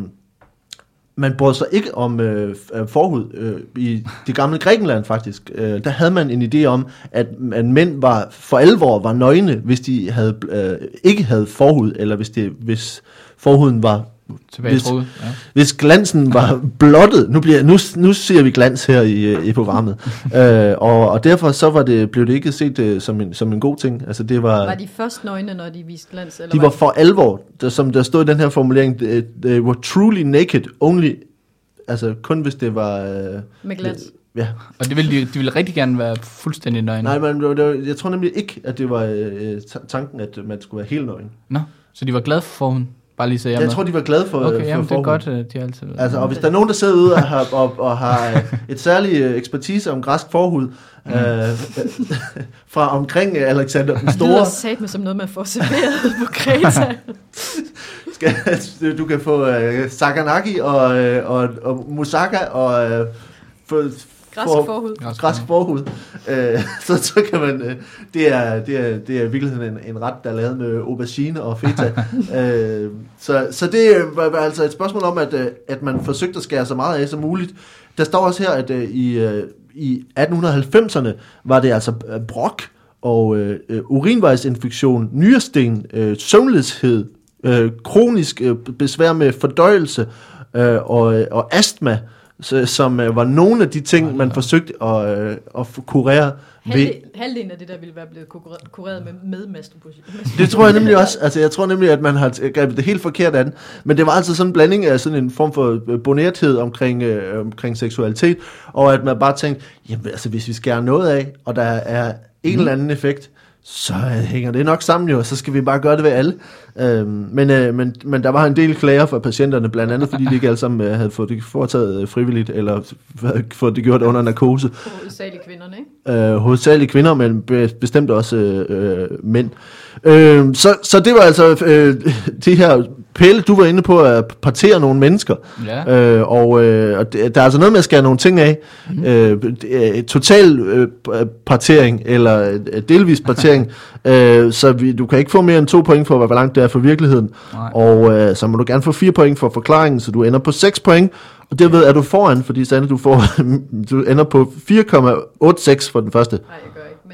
Speaker 1: man brød sig ikke om øh, forhud øh, i det gamle Grækenland faktisk. Øh, der havde man en idé om, at, at mænd var for alvor var nøgne, hvis de havde øh, ikke havde forhud, eller hvis det hvis forhuden var hvis,
Speaker 3: ja.
Speaker 1: hvis glansen var blottet. Nu bliver nu nu ser vi glans her i, i programmet. øh, og, og derfor så var det blev det ikke set uh, som en som en god ting. Altså det var
Speaker 2: Var de først nøgne, når de viste glans? Eller
Speaker 1: de var for alvor, der, som der stod i den her formulering, they, they were truly naked, only, altså kun hvis det var... Øh,
Speaker 2: med glans?
Speaker 1: Ja.
Speaker 3: Og det ville de, de ville rigtig gerne være fuldstændig nøgne.
Speaker 1: Nej, men det var, jeg tror nemlig ikke, at det var øh, tanken, at man skulle være helt nøgen.
Speaker 3: Nå, så de var glade for forhuden? Bare lige så jeg,
Speaker 1: jeg
Speaker 3: med.
Speaker 1: tror, de var glade for
Speaker 3: Okay,
Speaker 1: for
Speaker 3: jamen, det er
Speaker 1: forhuden.
Speaker 3: godt, de har altid
Speaker 1: Altså, og hvis der er nogen, der sidder ude og har, og, og har et særligt ekspertise om græsk forhud, mm. øh, fra omkring Alexander den
Speaker 2: Det
Speaker 1: Store...
Speaker 2: lyder satme som noget, man får serveret på Kreta.
Speaker 1: skal, du kan få uh, Saganaki og, uh, og, og Moussaka og... Uh, få,
Speaker 2: Græsk
Speaker 1: for,
Speaker 2: forhud.
Speaker 1: Græsk forhud. Uh, så, så kan man... Uh, det, er, det, er, det er i virkeligheden en, en ret, der er lavet med aubergine og feta. uh, så, så det var, var altså et spørgsmål om, at, uh, at man forsøgte at skære så meget af som muligt. Der står også her, at uh, i, uh, i atten halvfemserne var det altså uh, brok og uh, urinvejsinfektion, nyresten, uh, søvnløshed, uh, kronisk uh, besvær med fordøjelse uh, og, og astma, så, som øh, var nogle af de ting, man forsøgte at, øh, at kurere ved.
Speaker 2: Halvdelen af det, der ville være blevet kureret med, med masturbation.
Speaker 1: Det tror jeg nemlig også. Altså, jeg tror nemlig, at man har grebet det helt forkert an. Men det var altså sådan en blanding af sådan en form for bonerthed omkring, øh, omkring seksualitet, og at man bare tænkte, jamen altså, hvis vi skærer noget af, og der er en mm. eller anden effekt, så hænger det nok sammen jo, så skal vi bare gøre det ved alle. Øhm, men, øh, men, men der var en del klager fra patienterne, blandt andet fordi de ikke alle sammen øh, havde fået det foretaget øh, frivilligt, eller fået det gjort under narkose.
Speaker 2: Hovedsageligt kvinderne, ikke?
Speaker 1: Øh, hovedsageligt kvinder, men be, bestemt også øh, mænd. Øh, så, så det var altså øh, de her Pelle, du var inde på at partere nogle mennesker,
Speaker 3: ja.
Speaker 1: øh, og, øh, og det, der er altså noget med at skære nogle ting af. Mm-hmm. Øh, total øh, partering, eller delvis partering, øh, så vi, du kan ikke få mere end to point for, hvor langt det er for virkeligheden. Nej. Og øh, så må du gerne få fire point for forklaringen, så du ender på seks point, og derved er du foran, fordi Sande, du, får, du ender på fire komma otte seks for den første.
Speaker 2: Nej, jeg gør ikke.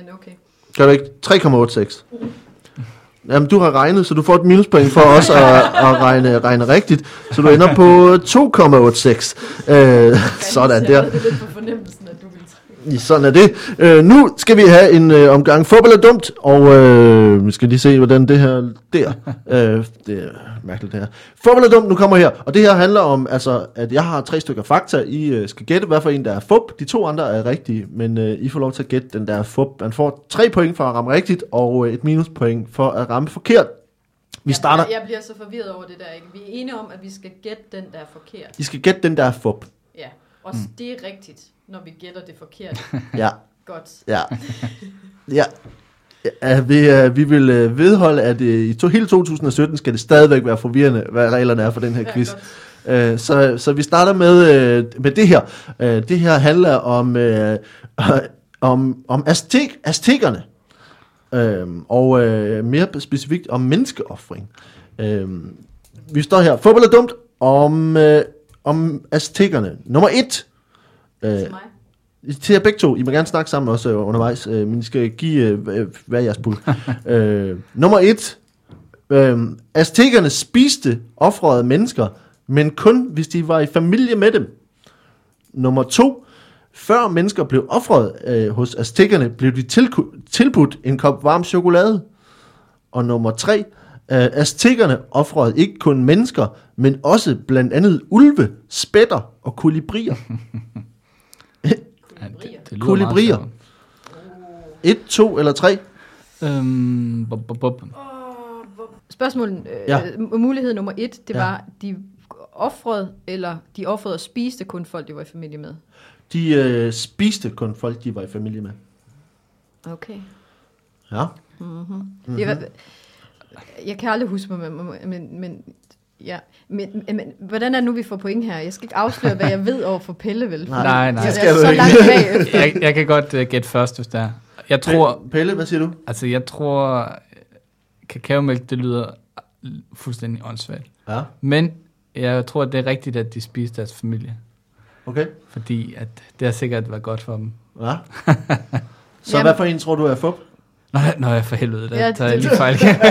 Speaker 1: Gør du ikke? tre komma otteoghalvtreds. Jamen, du har regnet, så du får et minuspoint for også at, at regne, regne rigtigt. Så du ender på to komma otteoghalvtreds. Øh, sådan der.
Speaker 2: Det er lidt på fornemmelsen, at du vil.
Speaker 1: Sådan er det. Øh, nu skal vi have en øh, omgang fodbold er dumt, og øh, vi skal lige se, hvordan det her der. øh, det er mærkeligt det her. Fodbold er dumt, nu kommer her. Og det her handler om, altså, at jeg har tre stykker fakta. I øh, skal gætte, hvad for en der er fup. De to andre er rigtige, men øh, I får lov til at gætte den der er fup. Man får tre point for at ramme rigtigt, og øh, et minuspoint for at ramme forkert. Vi starter.
Speaker 2: Jeg, jeg bliver så forvirret over det der, ikke? Vi er enige om, at vi skal gætte den, der er forkert.
Speaker 1: I skal gætte den der er fup.
Speaker 2: Ja, og mm. det er rigtigt, når vi gætter det forkert.
Speaker 1: Ja.
Speaker 2: Godt.
Speaker 1: Ja. Ja. Ja, vi, uh, vi vil uh, vedholde, at uh, i to, hele to tusind og sytten skal det stadigvæk være forvirrende, hvad reglerne er for den her quiz. Uh, så, så vi starter med, uh, med det her. Uh, det her handler om, uh, om, om aztek, aztekerne. Uh, og uh, mere specifikt om menneskeoffring. Uh, vi står her. Fodbold er dumt om, uh, om aztekerne. Nummer et. Uh,
Speaker 2: Til mig.
Speaker 1: Til jer begge to. I må gerne snakke sammen også øh, undervejs, øh, men I skal give øh, hver jeres bud. øh, nummer et. Øh, aztekerne spiste ofrede mennesker, men kun hvis de var i familie med dem. Nummer to. Før mennesker blev ofret øh, hos aztekerne, blev de tilku- tilbudt en kop varm chokolade. Og nummer tre. Øh, aztekerne ofrede ikke kun mennesker, men også blandt andet ulve, spætter og kolibrier.
Speaker 3: Ja, det, det
Speaker 1: Kolibrier. Et, to eller tre?
Speaker 3: Øhm, bup, bup, bup.
Speaker 2: Spørgsmålet, øh,
Speaker 1: Ja.
Speaker 2: mulighed nummer et, det
Speaker 1: Ja.
Speaker 2: var, de offrede, eller de offrede og spiste kun folk, de var i familie med.
Speaker 1: De øh, spiste kun folk, de var i familie med.
Speaker 2: Okay.
Speaker 1: Ja.
Speaker 2: Mm-hmm.
Speaker 1: Mm-hmm.
Speaker 2: Det var, jeg kan aldrig huske, men, men, men, ja. men, men hvordan er det nu, vi får point her? Jeg skal ikke afsløre, hvad jeg ved over for Pelle, vel?
Speaker 1: Nej,
Speaker 3: Nej, nej.
Speaker 2: Jeg
Speaker 1: det skal
Speaker 2: er
Speaker 1: du
Speaker 2: så
Speaker 1: ikke.
Speaker 2: langt bagefter.
Speaker 3: jeg, jeg kan godt uh, gætte først, hvis det er. Jeg tror,
Speaker 1: Pelle, hvad siger du?
Speaker 3: altså jeg tror, kakaomælk, det lyder fuldstændig åndssvagt.
Speaker 1: Ja.
Speaker 3: Men jeg tror, det er rigtigt, at de spiste deres familie.
Speaker 1: Okay.
Speaker 3: Fordi at det har sikkert været godt for dem.
Speaker 1: Ja. Så
Speaker 2: Jamen.
Speaker 1: hvad for en tror du er fup?
Speaker 3: Nå, nå jeg for helvede, der
Speaker 2: Ja,
Speaker 3: ja, tager jeg
Speaker 2: det-
Speaker 3: lige fejl.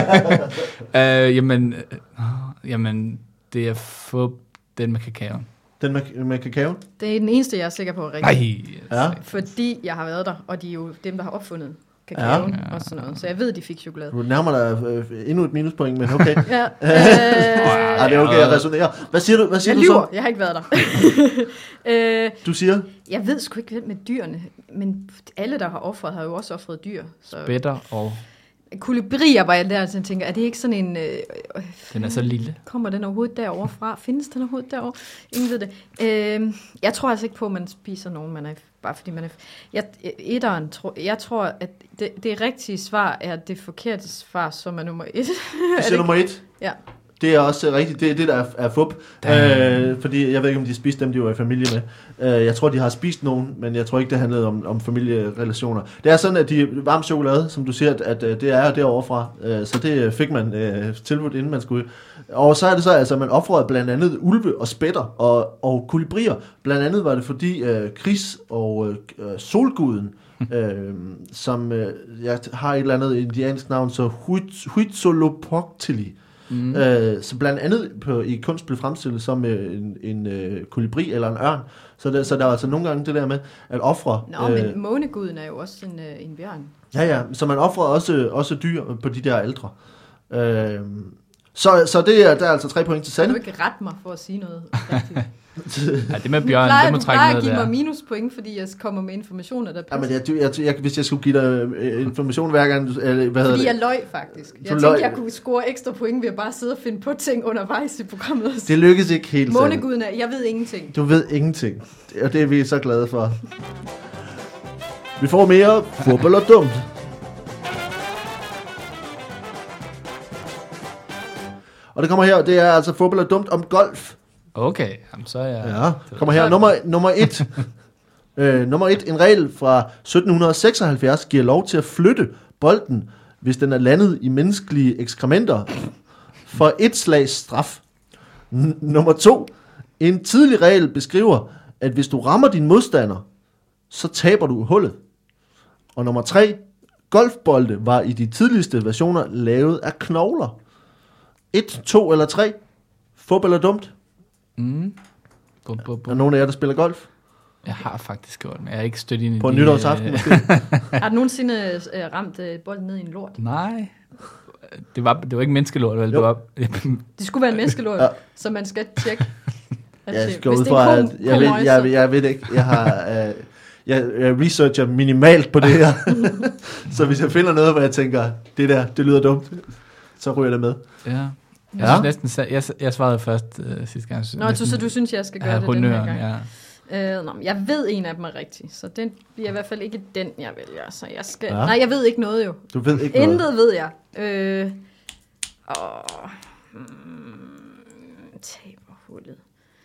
Speaker 3: øh, jamen, øh, jamen, det er få den med kakaoen.
Speaker 1: Den med, med kakao?
Speaker 2: Det er den eneste, jeg er sikker på er rigtig.
Speaker 3: Nej,
Speaker 1: Ja.
Speaker 2: Fordi jeg har været der, og de er jo dem, der har opfundet kakaoen
Speaker 3: Ja.
Speaker 2: og sådan noget. Så jeg ved, de fik chokolade.
Speaker 1: Du nærmer dig øh, endnu et minuspoint, men okay.
Speaker 2: Ja, øh,
Speaker 1: Ej, det er okay, jeg resonerer. Hvad siger du, hvad siger
Speaker 2: jeg
Speaker 1: du
Speaker 2: lyver,
Speaker 1: så?
Speaker 2: jeg har ikke været der. øh,
Speaker 1: Du siger?
Speaker 2: jeg ved sgu ikke, hvad med dyrene, men alle, der har offret, har jo også offret dyr. Så
Speaker 3: bedre, og
Speaker 2: kolibrier var jeg der, så jeg tænker, er det ikke sådan en... Øh, øh,
Speaker 3: den er så lille.
Speaker 2: Kommer den overhovedet derovre fra? Findes den overhovedet derovre? Ingen ved det. Øh, jeg tror altså ikke på, at man spiser nogen, man er, bare fordi man er... Jeg, etteren, tro, jeg tror, at det, det rigtige svar er det forkerte svar, som er nummer et.
Speaker 1: Du siger nummer et?
Speaker 2: Ja.
Speaker 1: Det er også rigtigt. Det er det, der er, er fup. Øh, fordi jeg ved ikke, om de spiste dem, de var i familie med. Øh, jeg tror, de har spist nogen, men jeg tror ikke, det handlede om, om familierelationer. Det er sådan, at de varme chokolade, som du siger, at, at det er derovre fra. Øh, så det fik man øh, tilbudt, inden man skulle. Og så er det så, altså, man offrede blandt andet ulve og spætter og, og kolibrier. Blandt andet var det fordi øh, Chris og øh, solguden, øh, som øh, jeg har et eller andet indiansk navn, så Huitzilopochtli. Mm. Øh, så blandt andet på, i kunst blev fremstillet som øh, en, en øh, kolibri eller en ørn. Så, det, så der var altså nogle gange det der med at ofre.
Speaker 2: Nå, øh, men måneguden er jo også en, øh, en bjørn.
Speaker 1: Ja, ja. Så man offrede også, også dyr på de der ældre. Øh, så, så det er, der er altså tre point til
Speaker 2: Kan du
Speaker 1: Sande.
Speaker 2: ikke rette mig for at sige noget rigtigt?
Speaker 3: Ja, det med
Speaker 2: Du
Speaker 3: bjørn,
Speaker 2: plejer,
Speaker 3: det må
Speaker 2: du
Speaker 3: trække
Speaker 2: plejer
Speaker 3: ned
Speaker 2: at give
Speaker 3: der.
Speaker 2: mig minuspoint, fordi jeg kommer med informationer, der
Speaker 1: Ja, men
Speaker 2: passer.
Speaker 1: jeg, jeg, jeg, hvis jeg skulle give dig øh, information hver gang, du- eller, hvad hedder
Speaker 2: Fordi jeg
Speaker 1: det?
Speaker 2: løg faktisk. Jeg
Speaker 1: Du
Speaker 2: tænkte,
Speaker 1: løj.
Speaker 2: jeg kunne score ekstra point ved at bare sidde og finde på ting undervejs i programmet.
Speaker 1: Det lykkes ikke helt, Sande.
Speaker 2: Måneguden er, jeg ved ingenting.
Speaker 1: Du ved ingenting. Og det er vi så glade for. Vi får mere fodbold og dumt. Og det kommer her, det er altså fodbold og dumt om golf.
Speaker 3: Okay, jamen, så er jeg...
Speaker 1: Ja, kommer her. Nummer, nummer et. øh, nummer et. En regel fra sytten seksoghalvfjerds giver lov til at flytte bolden, hvis den er landet i menneskelige ekskrementer, for et slags straf. N- nummer to. En tidlig regel beskriver, at hvis du rammer din modstander, så taber du hullet. Og nummer tre. golfbolde var i de tidligste versioner lavet af knogler? Et, to eller tre? Fup eller dumt?
Speaker 3: Mm. Bum, bum,
Speaker 1: Er
Speaker 3: bum.
Speaker 1: nogen af jer, der spiller golf?
Speaker 3: Jeg har faktisk gjort det, jeg er ikke stødt ind i
Speaker 1: På
Speaker 3: de,
Speaker 1: nytårsaften
Speaker 3: øh,
Speaker 1: måske?
Speaker 2: Har du nogensinde øh, ramt øh, bolden ned i en lort?
Speaker 3: Nej. Det var, det var ikke menneskelort, vel? Det
Speaker 1: Jo.
Speaker 3: var,
Speaker 2: Det skulle være en menneskelort,
Speaker 1: Ja.
Speaker 2: ja. Så man skal tjekke. at
Speaker 1: Jeg
Speaker 2: det-
Speaker 1: skal
Speaker 2: hvis
Speaker 1: ud
Speaker 2: det er
Speaker 1: fra,
Speaker 2: en
Speaker 1: at
Speaker 2: ko-
Speaker 1: jeg ved,
Speaker 2: komøjse,
Speaker 1: jeg, jeg ved ikke, jeg har... Øh, jeg, jeg researcher minimalt på det her. Så hvis jeg finder noget, hvor jeg tænker, det der, det lyder dumt, så ryger det med.
Speaker 3: ja. Jeg,
Speaker 1: Ja.
Speaker 3: synes næsten, sa- jeg, jeg svarede først øh, sidste gang.
Speaker 2: Nå, du, så du synes, jeg skal gøre
Speaker 3: ja,
Speaker 2: det den her
Speaker 3: honnøren,
Speaker 2: gang?
Speaker 3: ja.
Speaker 2: Øh, nå, men jeg ved en af dem er rigtig, så den bliver i hvert fald ikke den, jeg vælger. Så jeg skal...
Speaker 1: Ja.
Speaker 2: Ja. Nej, jeg ved ikke noget jo.
Speaker 1: Du ved ikke noget.
Speaker 2: Intet ved jeg. Øh, åh, hmm, taberhullet.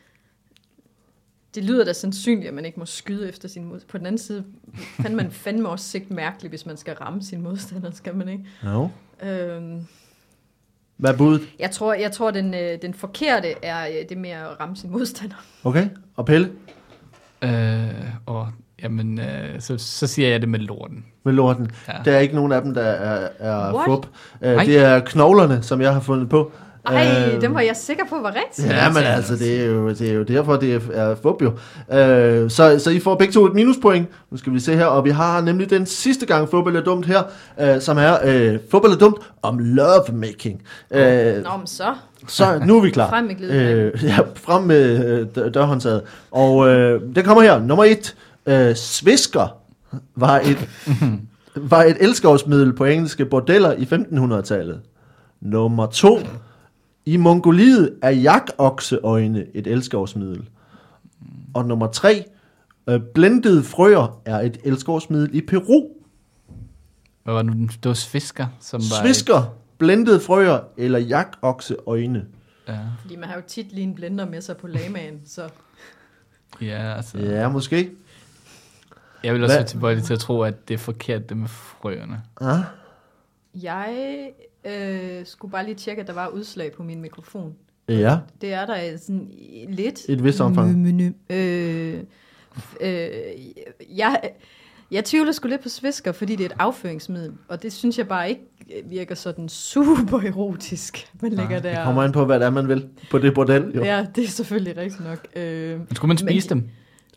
Speaker 2: Det lyder da sandsynligt, at man ikke må skyde efter sin modstander. På den anden side kan man fandme også sigte mærkeligt, hvis man skal ramme sin modstander, skal man ikke?
Speaker 1: No.
Speaker 2: Øhm,
Speaker 1: Hvad er budet?
Speaker 2: jeg tror, jeg tror den, øh, den forkerte er øh, det med at ramme sin modstander.
Speaker 1: Okay, og Pelle?
Speaker 3: Øh, og, jamen, øh, så, så siger jeg det med lorten.
Speaker 1: Med lorten.
Speaker 3: Ja.
Speaker 1: Der er ikke nogen af dem, der er, er
Speaker 2: What?
Speaker 1: fup. Uh,
Speaker 3: Nej.
Speaker 1: det er knoglerne, som jeg har fundet på.
Speaker 2: Ej,
Speaker 1: Øh,
Speaker 2: dem var jeg sikker på var rigtigt.
Speaker 1: Ja, men altså, det er jo, det er jo derfor, det er, er fup jo. Øh, så, så I får begge to et minuspoint. Nu skal vi se her, og vi har nemlig den sidste gang fup eller dumt her, øh, som er øh, fup eller dumt om lovemaking. Øh,
Speaker 2: Nå, men så.
Speaker 1: Så nu er vi klar.
Speaker 2: Frem med glidecreme.
Speaker 1: øh, Ja, frem med øh, dør- dørhåndtaget. Og øh, den kommer her. Nummer et. Øh, svisker var et, var et elskovsmiddel på engelske bordeller i femtenhundredetallet. Nummer to. I Mongoliet er jakokseøjne et elskovsmiddel. Og nummer tre. Øh, blendede frøer er et elskovsmiddel i Peru.
Speaker 3: Hvad var det nu? Det var svisker, som var...
Speaker 1: Svisker, blendede frøer eller jakokseøjne.
Speaker 3: Et, ja,
Speaker 2: Fordi man har jo tit lige en blender med sig på lamaen, så...
Speaker 3: ja, altså...
Speaker 1: Ja, måske.
Speaker 3: Jeg vil også
Speaker 1: Hvad?
Speaker 3: være tilbøjelig til at tro, at det er forkert, det med frøerne.
Speaker 1: Ah.
Speaker 2: Jeg øh, skulle bare lige tjekke, at der var udslag på min mikrofon.
Speaker 1: Ja,
Speaker 2: Det er der sådan lidt.
Speaker 1: i et vist omfang.
Speaker 2: Menu. Øh, øh, jeg, jeg tvivler sgu lidt på svisker, fordi det er et afføringsmiddel, og det synes jeg bare ikke virker sådan super erotisk, man lægger
Speaker 3: Nej,
Speaker 2: der.
Speaker 1: Det kommer an på, hvad det er, man vil på det bordel. Jo.
Speaker 2: Ja, det er selvfølgelig rigtigt nok. Øh,
Speaker 3: Men skulle man spise
Speaker 2: Men-
Speaker 3: dem?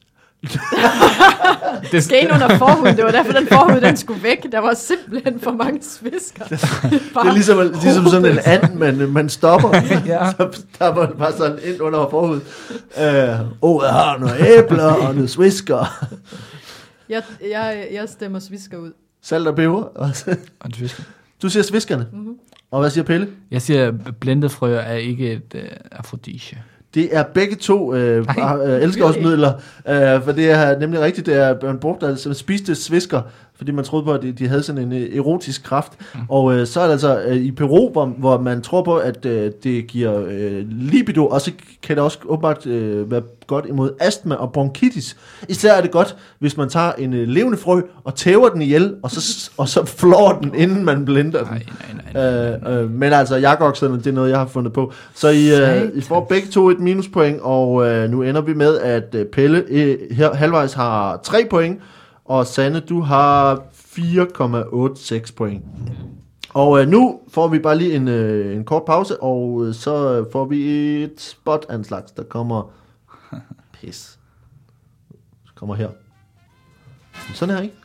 Speaker 3: det
Speaker 2: skal ind under forhuden, det var derfor den forhud, den skulle væk. Der var simpelthen for mange svisker.
Speaker 1: Det er ligesom, ligesom sådan en and, man, man stopper.
Speaker 3: Ja.
Speaker 1: Så der var bare sådan ind under forhuden. Øh, oh, jeg har nogle æbler og nogle svisker.
Speaker 2: Jeg, jeg, jeg stemmer svisker ud.
Speaker 1: Salt og peber.
Speaker 3: Og en svisker.
Speaker 1: Du siger sviskerne.
Speaker 2: Mm-hmm.
Speaker 1: Og hvad siger Pelle?
Speaker 3: Jeg siger, at blendet frøer er ikke et uh, afrodisje.
Speaker 1: Det er begge to øh,
Speaker 3: Nej,
Speaker 1: øh, elskovsmidler, øh, for det er nemlig rigtigt, det er, man brugte altså, man spiste svisker, fordi man troede på, at de, de havde sådan en øh, erotisk kraft, mm. og øh, så er det altså øh, i Peru, hvor, hvor man tror på, at øh, det giver øh, libido, og så kan det også åbenbart øh, være godt imod astma og bronkitis. Især er det godt, hvis man tager en øh, levende frø og tæver den ihjel, og så, og så flår den, inden man blender den.
Speaker 3: Nej, nej, nej. nej.
Speaker 1: Øh, øh, men altså, jakokserne, det er noget, jeg har fundet på. Så I, øh, I får begge to et minuspoint, og øh, nu ender vi med, at øh, Pelle øh, her, halvvejs har tre point, og Sanne, du har fire komma otteoghalvtreds point. Og øh, nu får vi bare lige en, øh, en kort pause, og øh, så får vi et spot af en slags, der kommer pis. Det kommer her. Sådan her, ikke?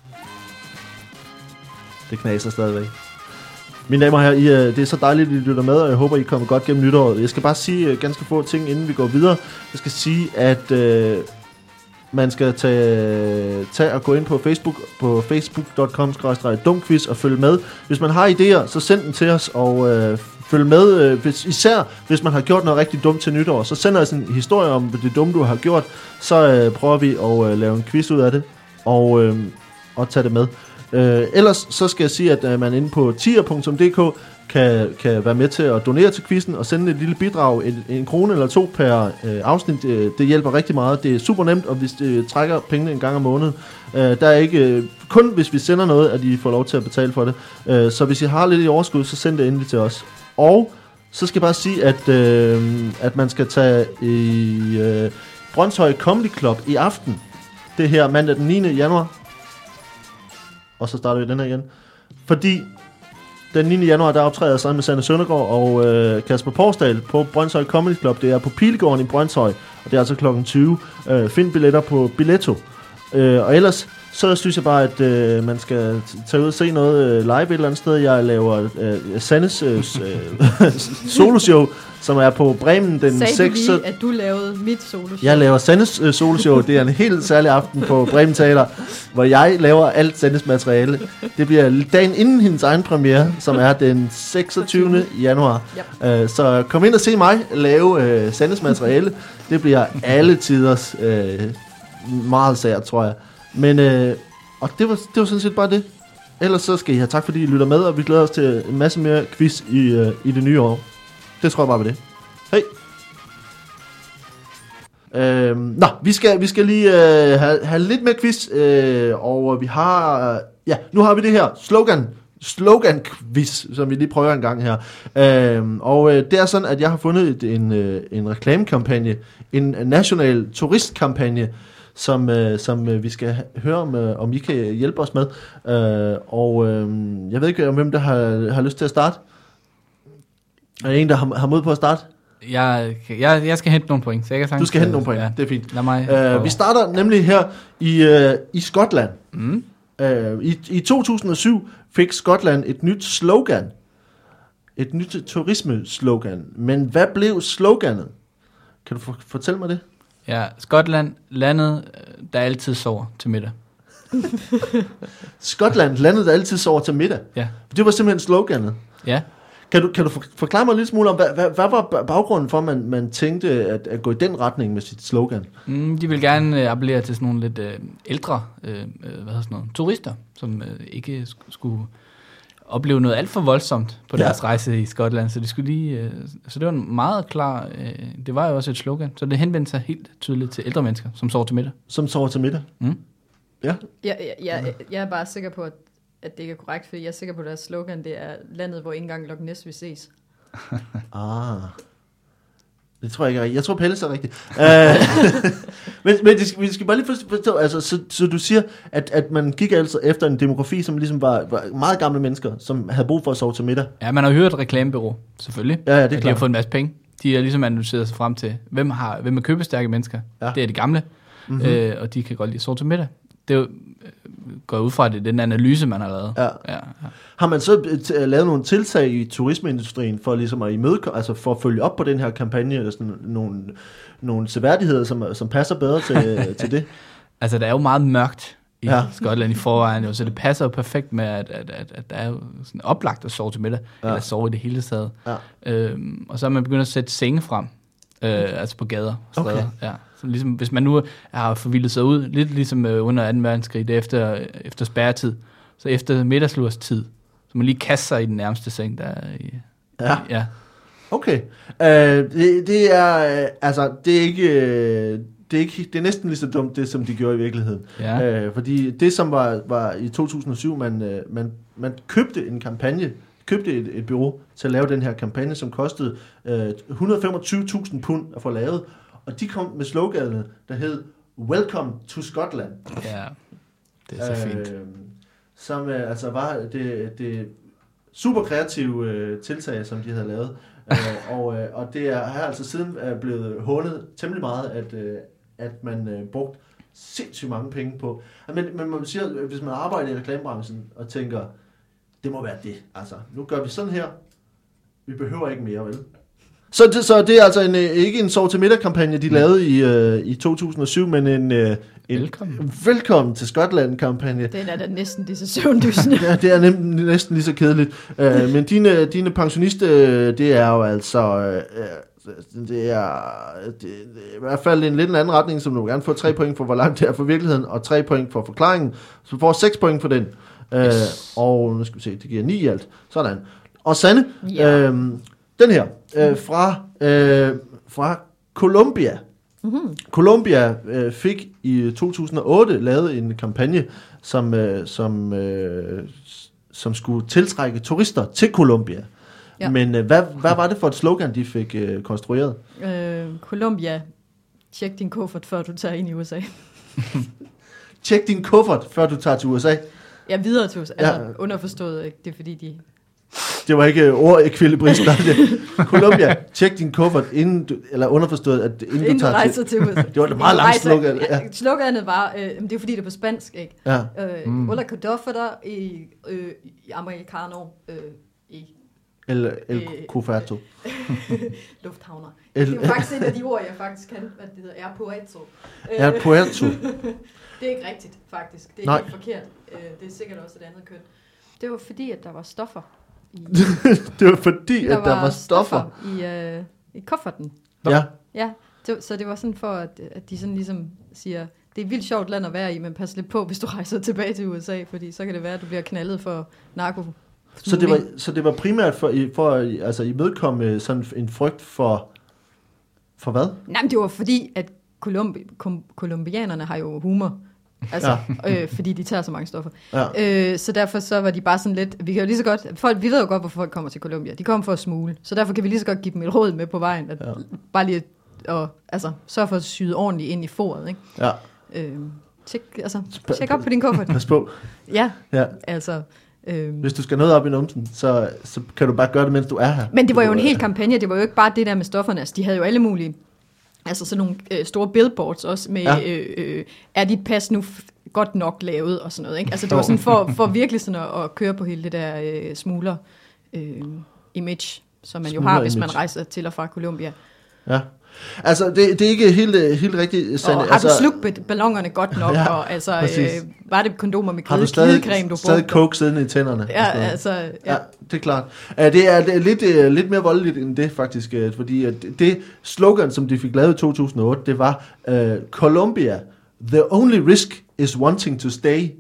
Speaker 1: Det knaser stadigvæk. Mine damer og herrer, I, øh, det er så dejligt, at I lytter med, og jeg håber, I er kommet godt gennem nytåret. Jeg skal bare sige øh, ganske få ting, inden vi går videre. Jeg skal sige, at øh, man skal tage, tage og gå ind på Facebook, på facebook punktum com skråstreg dumquiz og følge med. Hvis man har idéer, så send dem til os, og øh, følg med. Øh, hvis, især hvis man har gjort noget rigtig dumt til nytår, så send os en historie om det dumme, du har gjort. Så øh, prøver vi at øh, lave en quiz ud af det, og, øh, og tage det med. Øh, ellers så skal jeg sige, at øh, man inde på tier punktum d k kan, kan være med til at donere til quizzen og sende et lille bidrag, en, en krone eller to per øh, afsnit. Det, det hjælper rigtig meget. Det er super nemt, og hvis det trækker pengene en gang om måneden, øh, der er ikke øh, kun hvis vi sender noget, at I får lov til at betale for det. Øh, så hvis I har lidt i overskud, så send det endelig til os. Og så skal jeg bare sige, at, øh, at man skal tage i øh, Brønshøj Comedy Club i aften. Det her mandag den niende januar. og så starter vi den her igen. Fordi den niende januar, der optræder jeg sammen med Sanne Søndergaard og øh, Kasper Porsdal på Brøndshøj Comedy Club. Det er på Pilegården i Brøndshøj, og det er altså klokken tyve. Øh, find billetter på Billetto. Øh, og ellers, så synes jeg bare, at øh, man skal tage ud og se noget øh, live et eller andet sted. Jeg laver øh, Sannes øh, soloshow, som er på Bremen den
Speaker 2: seksende
Speaker 1: Sagde
Speaker 2: du lige, at du lavede mit soloshow?
Speaker 1: Jeg laver Sandes øh, soloshow. Det er en helt særlig aften på Bremen Teater, hvor jeg laver alt Sandes materiale. Det bliver dagen inden hendes egen premiere, som er den seksogtyvende januar. Yep. Øh, så kom ind og se mig lave øh, Sandes materiale. Det bliver alle tiders øh, meget sært, tror jeg. Men, øh, og det var, det var sådan set bare det. Ellers så skal I have tak, fordi I lytter med, og vi glæder os til en masse mere quiz i, øh, i det nye år. Det tror jeg bare ved det. Hej! Øhm, nå, vi skal, vi skal lige øh, have, have lidt mere quiz, øh, og vi har, øh, ja, nu har vi det her slogan, slogan-quiz, som vi lige prøver en gang her. Øhm, og øh, det er sådan, at jeg har fundet et, en, øh, en reklamekampagne, en national turistkampagne, som, øh, som øh, vi skal høre, om, øh, om I kan hjælpe os med. Øh, og øh, jeg ved ikke, om hvem der har, har lyst til at starte. Er der en, der har, har mod på at starte?
Speaker 3: Jeg, jeg, jeg skal hente nogle point, så jeg kan sagtens...
Speaker 1: Du skal hente nogle point, ja. Det er fint.
Speaker 3: Lad mig
Speaker 1: uh, vi starter nemlig her i, uh, i Skotland. Mm. Uh, i, I to tusind og syv fik Skotland et nyt slogan. Et nyt turisme-slogan. Men hvad blev sloganet? Kan du for, fortælle mig det?
Speaker 3: Ja, Skotland, landet, der altid sover til middag.
Speaker 1: Skotland, landet, der altid sover til middag?
Speaker 3: Ja.
Speaker 1: Det var simpelthen sloganet?
Speaker 3: Ja.
Speaker 1: Kan du, kan du forklare mig lidt smule om, hvad, hvad, hvad var baggrunden for, at man, man tænkte at, at gå i den retning med sit slogan?
Speaker 3: Mm, de vil gerne øh, appellere til sådan nogle lidt øh, ældre øh, hvad hedder sådan noget, turister, som øh, ikke sk- skulle opleve noget alt for voldsomt på deres ja. rejse i Skotland. Så, de skulle lige, øh, så det var en meget klar, øh, det var jo også et slogan. Så det henvendte sig helt tydeligt til ældre mennesker, som sover til middag.
Speaker 1: Som sover til middag?
Speaker 3: Mm.
Speaker 1: Ja.
Speaker 2: Jeg, jeg, jeg, jeg er bare sikker på, at at det ikke er korrekt, fordi jeg er sikker på, at deres slogan, det er landet, hvor ikke engang Loch Ness vi ses.
Speaker 1: ah. Det tror jeg ikke er rigtigt. Jeg tror, Pelle er rigtigt. uh, men men det skal, vi skal bare lige forstå, altså, så, så du siger, at, at man gik altså efter en demografi, som ligesom var, var meget gamle mennesker, som havde brug for at sove til middag.
Speaker 3: Ja, man har hørt et reklamebureau, selvfølgelig.
Speaker 1: Ja, ja, det er klart.
Speaker 3: De har fået en masse penge. De har ligesom analyseret sig frem til, hvem, har, hvem er købestærke mennesker. Ja. Det er de gamle, mm-hmm. øh, og de kan godt lide at sove til middag. Det er jo, går ud fra, at det er den analyse, man har lavet.
Speaker 1: Ja. Ja, ja. Har man så t- lavet nogle tiltag i turismeindustrien for ligesom at imødeko- altså for at følge op på den her kampagne, eller sådan nogle, nogle seværdigheder, som, som passer bedre til, til det?
Speaker 3: Altså, der er jo meget mørkt i
Speaker 1: ja.
Speaker 3: Skotland i forvejen, jo, så det passer jo perfekt med, at, at, at, at der er jo sådan oplagt at sove til middag, ja. eller sove i det hele taget. Ja. Øhm, og så er man begyndt at sætte senge frem, øh, altså på gader og steder. Okay. Ja. Så ligesom, hvis man nu har forvildet sig ud, lidt ligesom øh, under anden verdenskrig, det er efter, efter spærretid, så efter middagslurstid, så man lige kaster sig i den nærmeste seng, der er i,
Speaker 1: ja.
Speaker 3: ja.
Speaker 1: Okay. Uh, det, det er, uh, altså, det er ikke... Uh, Det er, ikke, det er næsten lige så dumt, det som de gjorde i virkeligheden. Ja. Uh, fordi det, som var, var i to tusind og syv, man, uh, man, man købte en kampagne, købte et, et bureau til at lave den her kampagne, som kostede uh, et hundrede og femogtyve tusind pund at få lavet. Og de kom med sloganet, der hed Welcome to Scotland.
Speaker 3: Ja, det er så fint.
Speaker 1: Uh, som uh, altså var det, det super kreative uh, tiltag, som de havde lavet. uh, og, uh, og det er her altså siden er blevet hånet temmelig meget, at, uh, at man uh, brugt sindssygt mange penge på. Men, men man siger, hvis man arbejder i reklamebranchen og tænker, det må være det. Altså, nu gør vi sådan her. Vi behøver ikke mere, vel? Så det, så det er altså en, ikke en sov til middag kampagne, de lavede i, uh, i to tusind og syv, men en, uh, en
Speaker 3: velkommen.
Speaker 1: velkommen til Skotland kampagne.
Speaker 2: Det er da næsten lige så søvndysende.
Speaker 1: Ja, det er nem, næsten lige så kedeligt. Uh, men dine, dine pensionister, det er jo altså, uh, det er, det, det er i hvert fald en lidt en anden retning, som du vil gerne få tre point for, hvor langt det er for virkeligheden, og tre point for forklaringen. Så du får seks point for den. Uh, yes. Og nu skal vi se, det giver ni i alt. Sådan. Og Sanne, ja. uh, den her, øh, fra, øh, fra Colombia. Mm-hmm. Colombia øh, fik i to tusind og otte lavet en kampagne, som, øh, som, øh, som skulle tiltrække turister til Colombia. Ja. Men øh, hvad, hvad var det for et slogan, de fik øh, konstrueret?
Speaker 2: Øh, Colombia, tjek din kuffert, før du tager ind i U S A.
Speaker 1: Tjek din kuffert, før du tager til U S A?
Speaker 2: Ja, videre til altså
Speaker 1: Ja.
Speaker 2: underforstået, ikke? Det er fordi, de...
Speaker 1: Det var ikke ordekvilibrist. Columbia, tjek din kuffert, inden du, eller underforstået, at inden,
Speaker 2: Inden
Speaker 1: du tager
Speaker 2: rejser til U S A.
Speaker 1: Det var et meget langt slogan. Ja.
Speaker 2: Ja, sloganet var, øh, det er fordi, det er på spansk, ikke?
Speaker 1: Ja.
Speaker 2: Øh,
Speaker 3: Mm.
Speaker 2: Hola Codoffer i, øh, i americano øh, i
Speaker 1: Eller El
Speaker 2: Øh.
Speaker 1: Cofato.
Speaker 2: lufthavner.
Speaker 1: El-
Speaker 2: Det er jo faktisk et af de ord, jeg faktisk kan, hvad det hedder, Airpuerto. Øh,
Speaker 1: El Puerto.
Speaker 2: Det er ikke rigtigt, faktisk. Det er
Speaker 1: Nej.
Speaker 2: helt forkert. Øh, det er sikkert også et andet køn. Det var fordi, at der var stoffer i,
Speaker 1: Det var fordi, at der var stoffer.
Speaker 2: i, øh, i kufferten.
Speaker 1: Ja.
Speaker 2: Ja, det, så det var sådan for, at, at de sådan ligesom siger, det er et vildt sjovt land at være i, men pas lidt på, hvis du rejser tilbage til U S A, fordi så kan det være, at du bliver knaldet for narko.
Speaker 1: Så det var, så det var primært for, i- for at altså, imødekomme sådan en frygt for, for hvad?
Speaker 2: Nej, men det var fordi, at Columbi, kom, kolumbianerne har jo humor. Altså, ja. øh, fordi de tager så mange stoffer.
Speaker 1: Ja.
Speaker 2: Øh, så derfor så var de bare sådan lidt, vi kan jo lige så godt, folk, vi ved jo godt, hvorfor folk kommer til Colombia. De kommer for at smule, så derfor kan vi lige så godt give dem et råd med på vejen, at
Speaker 1: Ja.
Speaker 2: bare lige at altså, sørge for at syde ordentligt ind i foret, ikke?
Speaker 1: Ja.
Speaker 2: Øh, tjek, altså, tjek op på din kuffert.
Speaker 1: Pas på.
Speaker 2: Ja,
Speaker 1: Ja.
Speaker 2: altså... Øh,
Speaker 1: Hvis du skal noget op i numsen, så, så kan du bare gøre det, mens du er her.
Speaker 2: Men det var jo en
Speaker 1: Du,
Speaker 2: hel
Speaker 1: øh,
Speaker 2: kampagne, det var jo ikke bare det der med stofferne, altså de havde jo alle mulige, altså sådan nogle øh, store billboards også med,
Speaker 1: Ja.
Speaker 2: øh, øh, er dit pas nu f- godt nok lavet og sådan noget, ikke? Altså det var sådan for, for virkelig sådan at, at køre på hele det der øh, smugler øh, image, som man jo har, hvis man
Speaker 1: Smugler-image.
Speaker 2: rejser til og fra Colombia.
Speaker 1: Ja. Altså, det, det er ikke helt, helt rigtigt sandt.
Speaker 2: Og har
Speaker 1: altså,
Speaker 2: du slugt ballongerne godt nok,
Speaker 1: Ja,
Speaker 2: ja, og altså,
Speaker 1: præcis.
Speaker 2: øh, var det kondomer med
Speaker 1: har du
Speaker 2: glide-
Speaker 1: stadig,
Speaker 2: glidecreme, du
Speaker 1: stadig
Speaker 2: brugte?
Speaker 1: coke siddende i tænderne?
Speaker 2: Ja,
Speaker 1: og sådan noget?
Speaker 2: altså,
Speaker 1: Ja,
Speaker 2: ja.
Speaker 1: det er klart. Uh, det, er, det er lidt, uh, lidt mere voldeligt end det, faktisk. Uh, fordi uh, det, det slogan, som de fik lavet i to tusind og otte, det var uh, Colombia, the only risk is wanting to stay.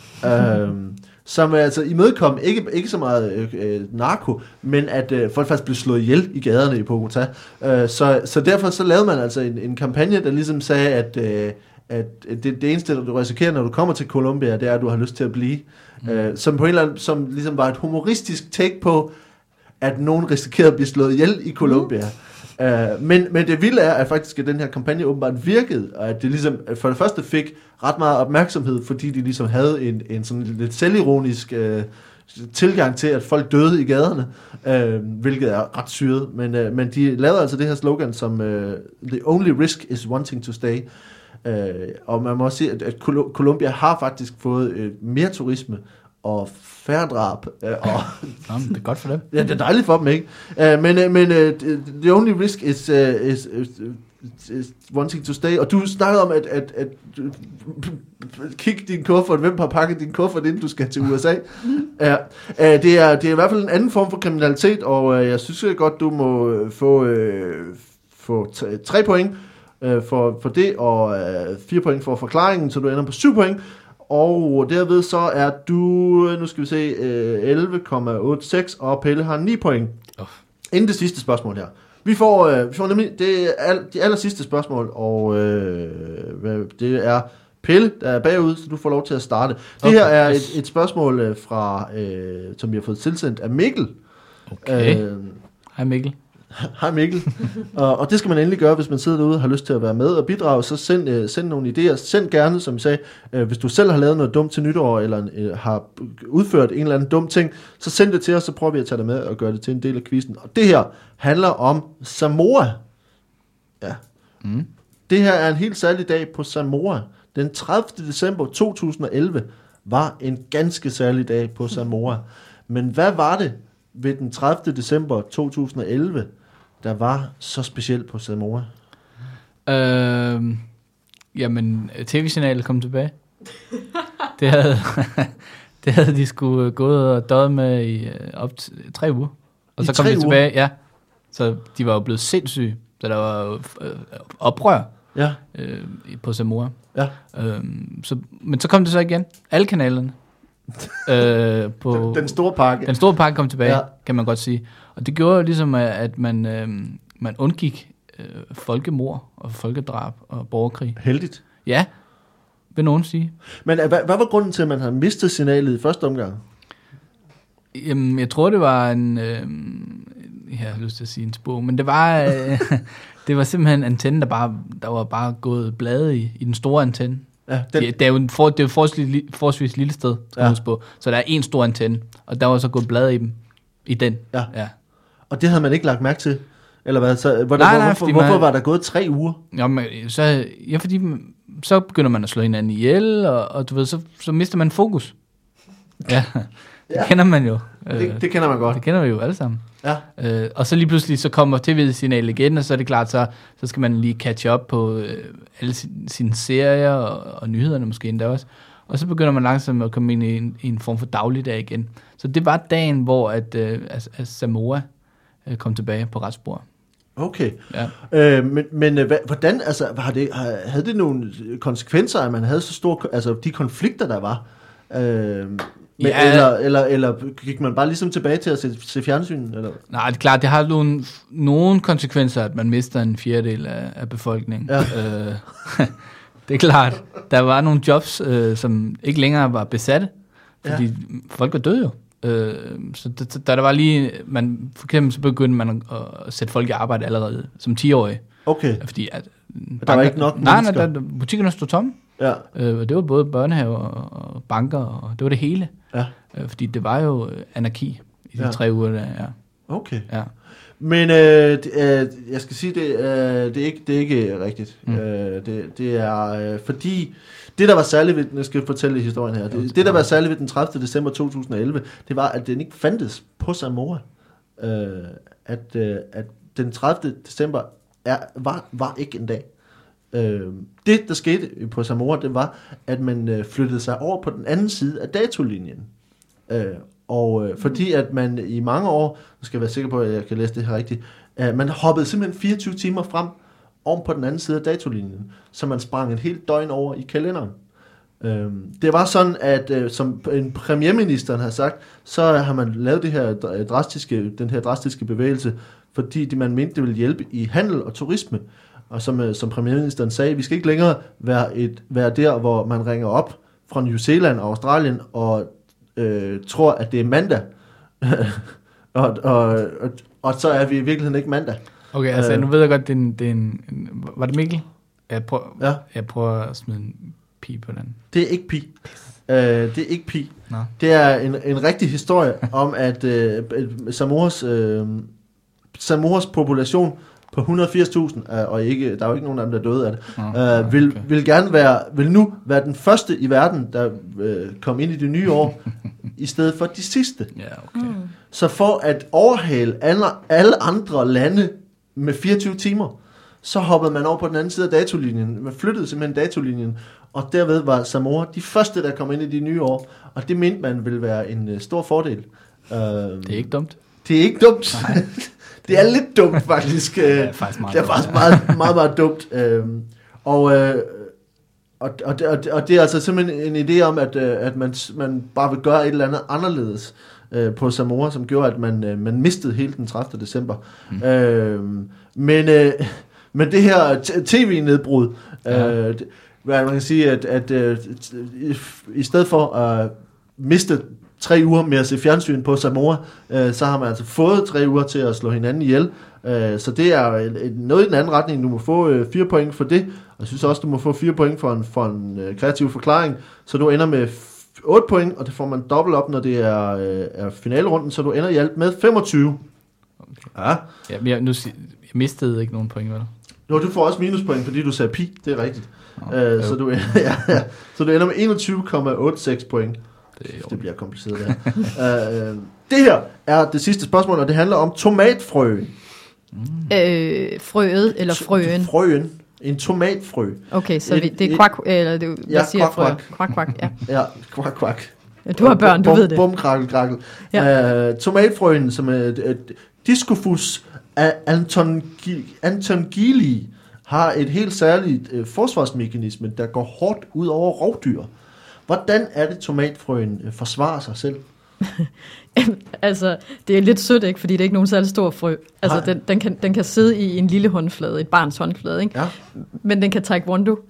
Speaker 1: Uh, som altså imødekom ikke, ikke så meget øh, øh, narko, men at øh, folk faktisk blev slået ihjel i gaderne i Bogota. Øh, så, så derfor så lavede man altså en, en kampagne, der ligesom sagde, at, øh, at det, det eneste, du risikerer, når du kommer til Colombia, det er, at du har lyst til at blive. Mm. Øh, som på en eller anden, som ligesom var et humoristisk take på, at nogen risikerede at blive slået ihjel i Colombia. Mm. Uh, men, men det vilde er, at faktisk at den her kampagne åbenbart virkede, og at det ligesom for det første fik ret meget opmærksomhed, fordi de ligesom havde en, en sådan lidt selvironisk uh, tilgang til, at folk døde i gaderne, uh, hvilket er ret syret. Men, uh, men de lavede altså det her slogan som uh, The only risk is wanting to stay. Uh, og man må også sige, at, at Col- Colombia har faktisk fået uh, mere turisme og færre drab. Uh, og
Speaker 3: Nå, men det er godt for dem.
Speaker 1: Ja, det er dejligt for dem, ikke? Uh, men uh, men uh, the only risk is, uh, is, is, is wanting to stay. Og du snakkede om, at, at, at kig din kuffert, hvem har pakket din kuffert, inden du skal til U S A. Ja, uh, det, er, det er i hvert fald en anden form for kriminalitet, og uh, jeg synes godt, du må uh, få, uh, få t- tre point uh, for, for det, og uh, fire point for forklaringen, så du ender på syv point. Og derved så er du, nu skal vi se, elleve komma otteoghalvtreds, og Pelle har ni point.
Speaker 3: Oh.
Speaker 1: Inden det sidste spørgsmål her. Vi får, øh, vi får nemlig det er al, de aller sidste spørgsmål, og øh, hvad- det er Pelle, der er bagud, så du får lov til at starte. Det
Speaker 3: Okay.
Speaker 1: her er et, et spørgsmål øh, fra, øh, som vi har fået tilsendt af Mikkel.
Speaker 3: Okay.
Speaker 1: Øh,
Speaker 3: Hej Mikkel.
Speaker 1: Hej Mikkel. og, og det skal man endelig gøre, hvis man sidder derude og har lyst til at være med og bidrage, så send, øh, send nogle idéer. Send gerne, som jeg sagde, øh, hvis du selv har lavet noget dumt til nytår, eller øh, har udført en eller anden dum ting, så send det til os, så prøver vi at tage det med og gøre det til en del af quizzen. Og det her handler om Samoa. Ja.
Speaker 3: Mm.
Speaker 1: Det her er en helt særlig dag på Samoa. Den tredivte december to tusind og elleve var en ganske særlig dag på Samoa. Men hvad var det ved den tredivte december to tusind og elleve, der var så specielt på Samoa?
Speaker 3: Øh, jamen, tv-signalet kom tilbage. Det havde, det havde de skulle gået og døjet med i øh, op til tre uger. Og
Speaker 1: I
Speaker 3: så kom
Speaker 1: tre
Speaker 3: de
Speaker 1: uger?
Speaker 3: tilbage, ja. Så de var jo blevet sindssyge. Så der var jo øh, oprør
Speaker 1: Ja,
Speaker 3: øh, på Samoa.
Speaker 1: ja.
Speaker 3: Øh, så, men så kom det så igen. Alle kanalerne. øh, på
Speaker 1: Den store pakke.
Speaker 3: den store pakke kom tilbage,
Speaker 1: Ja.
Speaker 3: ja. kan man godt sige. Og det gjorde jo ligesom, at- at man, øh, man undgik øh, folkemord og folkedrab og borgerkrig.
Speaker 1: Heldigt.
Speaker 3: Ja, vil nogen sige.
Speaker 1: Men øh, hvad, hvad var grunden til, at man havde mistet signalet i første omgang?
Speaker 3: Jamen, jeg tror, det var en... Øh, jeg har lyst til at sige en spor, men det var, øh, det var simpelthen en antenne, der, bare, der var bare gået blade i, i den store antenne.
Speaker 1: Ja, den...
Speaker 3: det, det er jo en for, det er jo forholdsvis, forholdsvis lille sted, skal ja. på, så der er en stor antenne, og der var så gået blade i dem, i den.
Speaker 1: Ja.
Speaker 3: ja.
Speaker 1: Og det havde man ikke lagt mærke til? Eller hvad? Så, hvordan,
Speaker 3: nej, nej,
Speaker 1: hvorfor, hvorfor
Speaker 3: man,
Speaker 1: var der gået tre uger?
Speaker 3: Jamen, så, ja, fordi så begynder man at slå hinanden ihjel, og, og du ved, så, så mister man fokus. Ja, det ja. kender man jo.
Speaker 1: Det, det kender man godt.
Speaker 3: Det kender vi jo alle sammen.
Speaker 1: Ja.
Speaker 3: Øh, og så lige pludselig, så kommer T V-signalet igen, og så er det klart, så, så skal man lige catch up på øh, alle sine, sine serier, og, og nyhederne måske endda også. Og så begynder man langsomt at komme ind i en, i en form for dagligdag igen. Så det var dagen, hvor at, øh, at, at Samoa øh, kom tilbage på retssporet.
Speaker 1: Okay.
Speaker 3: Ja.
Speaker 1: Øh, men men hvad, hvordan, altså, har det, havde det nogle konsekvenser, at man havde så store, altså de konflikter, der var? Øh, men, ja. eller, eller, eller gik man bare ligesom tilbage til at se, se fjernsyn? Eller?
Speaker 3: Nej, det er klart, det har nogle, nogle konsekvenser, at man mister en fjerdedel af, af befolkningen. Ja. Øh, det er klart. Der var nogle jobs, øh, som ikke længere var besatte, fordi ja. folk var døde jo. Øh, så da, da der var lige, man, for eksempel så begyndte man at, at sætte folk i arbejde allerede som ti-årige.
Speaker 1: Okay.
Speaker 3: Fordi at
Speaker 1: banker, der var ikke nok
Speaker 3: nej, nej, der, butikkerne stod tomme.
Speaker 1: Ja.
Speaker 3: Øh, det var både børnehaver og, og banker, og det var det hele.
Speaker 1: Ja.
Speaker 3: Øh, fordi det var jo anarki i de ja. tre uger der, ja.
Speaker 1: Okay.
Speaker 3: Ja.
Speaker 1: Men øh, det, øh, jeg skal sige, det, øh, det, er, ikke, det er ikke rigtigt. Mm. Øh, det, det er øh, fordi, det der var særligt ved, jeg skal fortælle historien her, det, det der var særligt ved den tredivte december to tusind og elleve, det var, at den ikke fandtes på Samoa. Øh, at, øh, at den tredivte december er, var, var ikke en dag. Øh, det, der skete på Samoa, det var, at man øh, flyttede sig over på den anden side af datolinjen. Øh, og øh, fordi at man i mange år, nu skal jeg være sikker på, at jeg kan læse det her rigtigt, øh, man hoppede simpelthen fireogtyve timer frem oven på den anden side af datolinjen, så man sprang et helt døgn over i kalenderen. Øh, det var sådan, at øh, som en premierministeren har sagt, så har man lavet det her drastiske, den her drastiske bevægelse, fordi man mente, det ville hjælpe i handel og turisme. Og som, som premierministeren sagde, vi skal ikke længere være, et, være der, hvor man ringer op fra New Zealand og Australien og øh, tror, at det er mandag. og, og, og, og så er vi i virkeligheden ikke mandag.
Speaker 3: Okay, altså øh, nu ved jeg godt, det er en, det er en, en var det Mikkel? Jeg prøver,
Speaker 1: ja.
Speaker 3: jeg prøver at smide en pi på den.
Speaker 1: Det er ikke pi. Øh, det er ikke pi.
Speaker 3: Nå.
Speaker 1: Det er en, en rigtig historie om, at øh, Samoas, øh, Samoas population på et hundrede og firs tusind, og ikke, der er jo ikke nogen af dem, der døde af det, okay. øh, vil, vil gerne være, vil nu være den første i verden, der øh, kom ind i det nye år, i stedet for de sidste.
Speaker 3: Ja, okay. Mm.
Speaker 1: Så for at overhale alle, alle andre lande med fireogtyve timer, så hoppede man over på den anden side af datolinjen. Man flyttede simpelthen datolinjen, og derved var Samoa de første, der kom ind i de nye år, og det mente man ville være en uh, stor fordel. Uh,
Speaker 3: det er ikke dumt.
Speaker 1: Det er ikke dumt. Det er lidt dumt, faktisk.
Speaker 3: Det er faktisk meget,
Speaker 1: det er faktisk meget, meget, meget dumt. Øhm, og, øh, og, og, det, og det er altså simpelthen en idé om, at, at man, man bare vil gøre et eller andet anderledes øh, på Samoa, som gjorde, at man, øh, man mistede hele den tredivte december. Mm. Øhm, men, øh, men det her tv-nedbrud,
Speaker 3: ja.
Speaker 1: øh, det, man kan sige, at, at øh, i stedet for at miste tre uger med at se fjernsyn på Samoa, øh, så har man altså fået tre uger til at slå hinanden ihjel. Øh, så det er et, et, noget i den anden retning. Du må få øh, fire point for det, og jeg synes også, du må få fire point for en, for en øh, kreativ forklaring, så du ender med otte point, og det får man dobbelt op, når det er, øh, er finalerunden, så du ender i alt med femogtyve.
Speaker 3: Okay. Ja. Ja, men jeg, nu, jeg mistede ikke nogen point, vel?
Speaker 1: Nå, du får også minuspoint, fordi du sagde pi, det er rigtigt. Oh, øh, så, du, ja, ja, så du ender med enogtyve komma otteogtres point. Det, det bliver kompliceret der. uh, det her er det sidste spørgsmål, og det handler om tomatfrøen.
Speaker 2: Mm. Øh, frøet eller frøen?
Speaker 1: Frøen. En tomatfrø.
Speaker 2: Okay, så et, vi, det er kvak, eller det, hvad
Speaker 1: ja,
Speaker 2: siger
Speaker 1: kvak, kvak.
Speaker 2: Kvak, kvak, ja.
Speaker 1: Ja, kvak, kvak.
Speaker 2: Ja, du har børn, du
Speaker 1: bum,
Speaker 2: ved det.
Speaker 1: Bum, krakkel, krakkel. Ja. Uh, tomatfrøen, som er uh, Discofus Anton, antongili, har et helt særligt uh, forsvarsmekanisme, der går hårdt ud over rovdyr. Hvordan er det, tomatfrøen uh, forsvarer sig selv?
Speaker 2: Altså, det er lidt sødt, ikke? Fordi det er ikke nogen særlig stor frø. Altså, den, den, kan, den kan sidde i en lille håndflade, et barns håndflade, ikke?
Speaker 1: Ja.
Speaker 2: Men den kan taekwondo.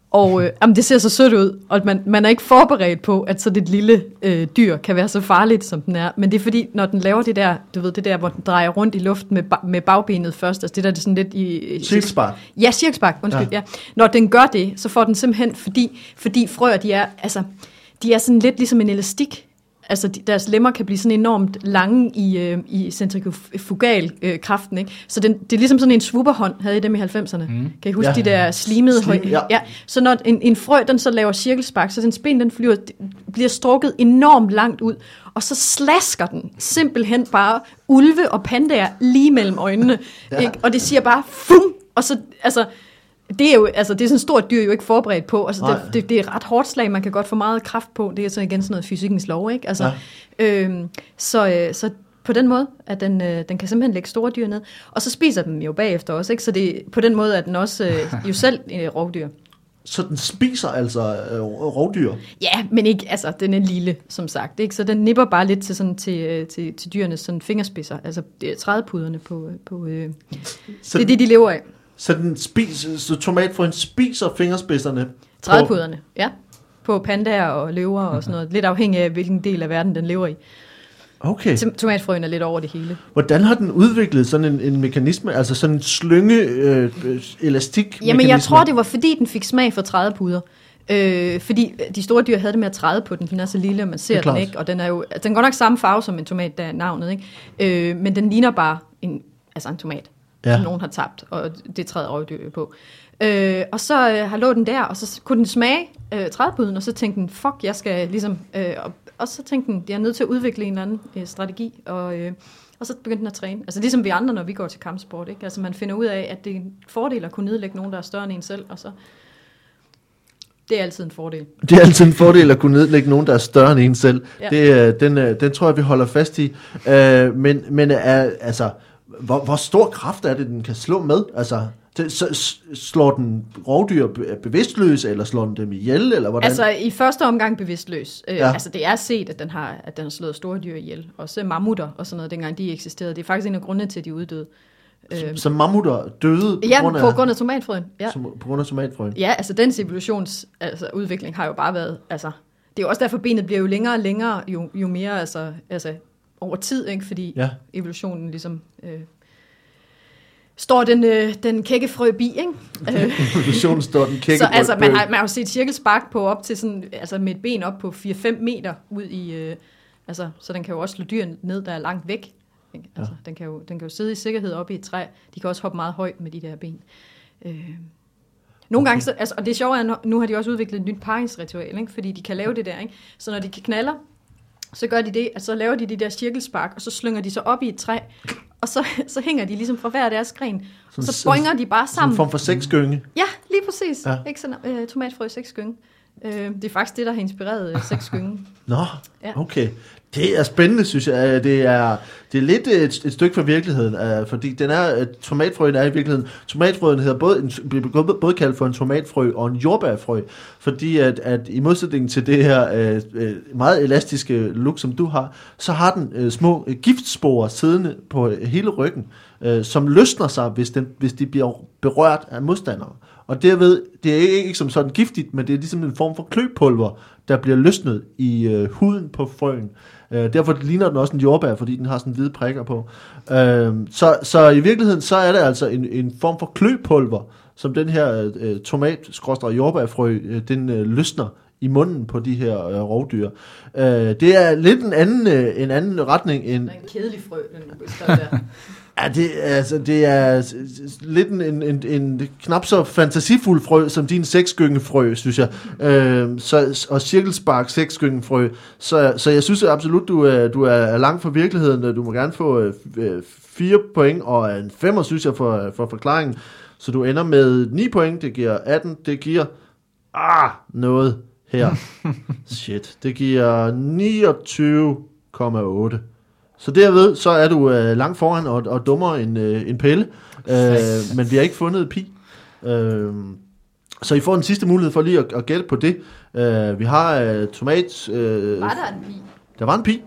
Speaker 2: Og øh, jamen, det ser så sødt ud, og man, man er ikke forberedt på, at sådan et lille øh, dyr kan være så farligt, som den er. Men det er fordi, når den laver det der, du ved, det der, hvor den drejer rundt i luften med, med bagbenet først, altså det der, det er sådan lidt i...
Speaker 1: Cirkelspark.
Speaker 2: Ja, cirkelspark, undskyld, ja. ja. Når den gør det, så får den simpelthen, fordi, fordi frøer, de er, altså, de er sådan lidt ligesom en elastik. Altså, de, deres lemmer kan blive sådan enormt lange i, øh, i centrifugalkraften, øh, ikke? Så den, det er ligesom sådan en swooperhånd, havde I dem i halvfemserne. Mm. Kan I huske ja. de der slimede
Speaker 1: Slim,
Speaker 2: høj...
Speaker 1: ja.
Speaker 2: ja. Så når en, en frø, den så laver cirkelspark, så den ben, den flyver, bliver strukket enormt langt ud, og så slasker den simpelthen bare ulve og pandaer lige mellem øjnene. ja. Ikke? Og det siger bare, fum! Og så, altså... Det er jo, altså det er sådan et stort dyr jo ikke forberedt på. Altså det, det, det er ret hårdt slag, man kan godt få meget kraft på. Det er så igen sådan noget fysikkens lov, ikke? Altså, ja. øhm, så, øh, så på den måde, at den, øh, den kan simpelthen lægge store dyr ned. Og så spiser den jo bagefter også, ikke? Så det, på den måde er den også øh, jo selv øh, rovdyr.
Speaker 1: Så den spiser altså øh, rovdyr?
Speaker 2: Ja, men ikke, altså den er lille, som sagt, ikke? Så den nipper bare lidt til, sådan, til, til, til dyrenes sådan fingerspidser. Altså trædepuderne på... på øh, det er det, de lever af.
Speaker 1: Så den spiser, så tomatfrøen spiser fingerspidserne?
Speaker 2: Trædepuderne, ja. På pandaer og løver og sådan noget. Lidt afhængig af, hvilken del af verden den lever i.
Speaker 1: Okay.
Speaker 2: Tomatfrøen er lidt over det hele.
Speaker 1: Hvordan har den udviklet sådan en, en mekanisme, altså sådan en slynge øh, elastik?
Speaker 2: Jamen jeg tror, det var fordi, den fik smag for trædepuder. Øh, fordi de store dyr havde det med at træde på den, den er så lille, og man ser den ikke. Og den er jo, den går nok samme farve som en tomat, der er navnet, ikke? Øh, men den ligner bare en, altså en tomat. Ja. Som nogen har tabt, og det træder rovdyr på. Øh, og så øh, har lå den der, og så kunne den smage øh, trædepuden, og så tænkte den, fuck, jeg skal ligesom... Øh, og, og så tænkte den, jeg er nødt til at udvikle en eller anden øh, strategi, og, øh, og så begyndte den at træne. Altså ligesom vi andre, når vi går til kampsport, ikke? Altså man finder ud af, at det er en fordel at kunne nedlægge nogen, der er større end en selv, og så... Det er altid en fordel.
Speaker 1: Det er altid en fordel at kunne nedlægge nogen, der er større end en selv. Ja. Det, den, den tror jeg, vi holder fast i. Øh, men men er, altså... Hvor, hvor stor kraft er det, den kan slå med? Altså, det, så, slår den rovdyr bevidstløs, eller slår den dem ihjel, eller hvordan?
Speaker 2: Altså, i første omgang bevidstløs. Øh, ja. Altså, det er set, at den har, at den har slået store dyr ihjel. Også mammutter og sådan noget, dengang de eksisterede. Det er faktisk en af grundene til, at de uddøde.
Speaker 1: Så, så mammutter døde på
Speaker 2: ja,
Speaker 1: grund af...
Speaker 2: på grund af tomatfrøen. Ja,
Speaker 1: på grund af tomatfrøen.
Speaker 2: Ja, altså, dens evolutions altså, udvikling har jo bare været... Altså, det er jo også derfor, benet bliver jo længere og længere, jo, jo mere... Altså, altså, over tid, ikke? Fordi ja. evolutionen ligesom øh, står den, øh, den kække frø bi, ikke?
Speaker 1: Evolutionen står den kække
Speaker 2: så altså, man har, man har jo set cirkelspark på op til sådan, altså med et ben op på fire fem meter ud i, øh, altså, så den kan jo også slå dyr ned, der er langt væk. Ikke? Altså, ja. den, kan jo, den kan jo sidde i sikkerhed oppe i et træ. De kan også hoppe meget højt med de der ben. Øh. Nogle okay. gange, så, altså, og det er sjovt, at nu har de også udviklet et nyt paringsritual, ikke? Fordi de kan lave det der, ikke? Så når de kan knaller, så gør de det, at så laver de de der cirkelspark, og så slynger de sig op i et træ, og så, så hænger de ligesom fra hver deres gren, og så boinger de bare sammen.
Speaker 1: En form for seksgynge.
Speaker 2: Ja, lige præcis. Ja. Ikke sådan, uh, tomatfrø seksgynge. Uh, det er faktisk det, der har inspireret uh, seksgynge.
Speaker 1: Nå, ja. Okay. Det er spændende, synes jeg. Det er, det er lidt et, et stykke fra virkeligheden, uh, fordi den er, tomatfrøen er i virkeligheden, tomatfrøen hedder både, en, bliver både kaldt for en tomatfrø og en jordbærfrø, fordi at, at i modsætning til det her uh, meget elastiske look, som du har, så har den uh, små uh, giftsporer siddende på uh, hele ryggen, uh, som løsner sig, hvis, den, hvis de bliver berørt af modstandere. Og derved, det er ikke, ikke som sådan giftigt, men det er ligesom en form for kløpulver, der bliver løsnet i øh, huden på frøen. Øh, derfor ligner den også en jordbær, fordi den har sådan hvide prikker på. Øh, så, så i virkeligheden, så er det altså en, en form for kløpulver, som den her øh, tomat-jordbærfrø, øh, den øh, løsner i munden på de her øh, rovdyr. Øh, det er lidt en anden, øh, en anden retning end...
Speaker 2: Det er en kedelig frø, den beskrev der.
Speaker 1: Ja, det, altså, det er lidt en, en, en, en knap så fantasifuld frø, som din seksgyngefrø, synes jeg. Øh, så, og cirkelspark seksgyngefrø. Så, så jeg synes absolut, du er, du er langt fra virkeligheden. Du må gerne få øh, fire point, og en femmer, synes jeg, for, for forklaringen. Så du ender med ni point, det giver atten, det giver ah, noget her. Shit, det giver niogtyve komma otte. Så derved, så er du øh, langt foran og, og dummere end, øh, en pille, øh, men vi har ikke fundet pi. Øh, så I får den sidste mulighed for lige at, at gætte på det. Øh, vi har øh, tomat... Øh,
Speaker 2: var der en pi?
Speaker 1: Der var en pi.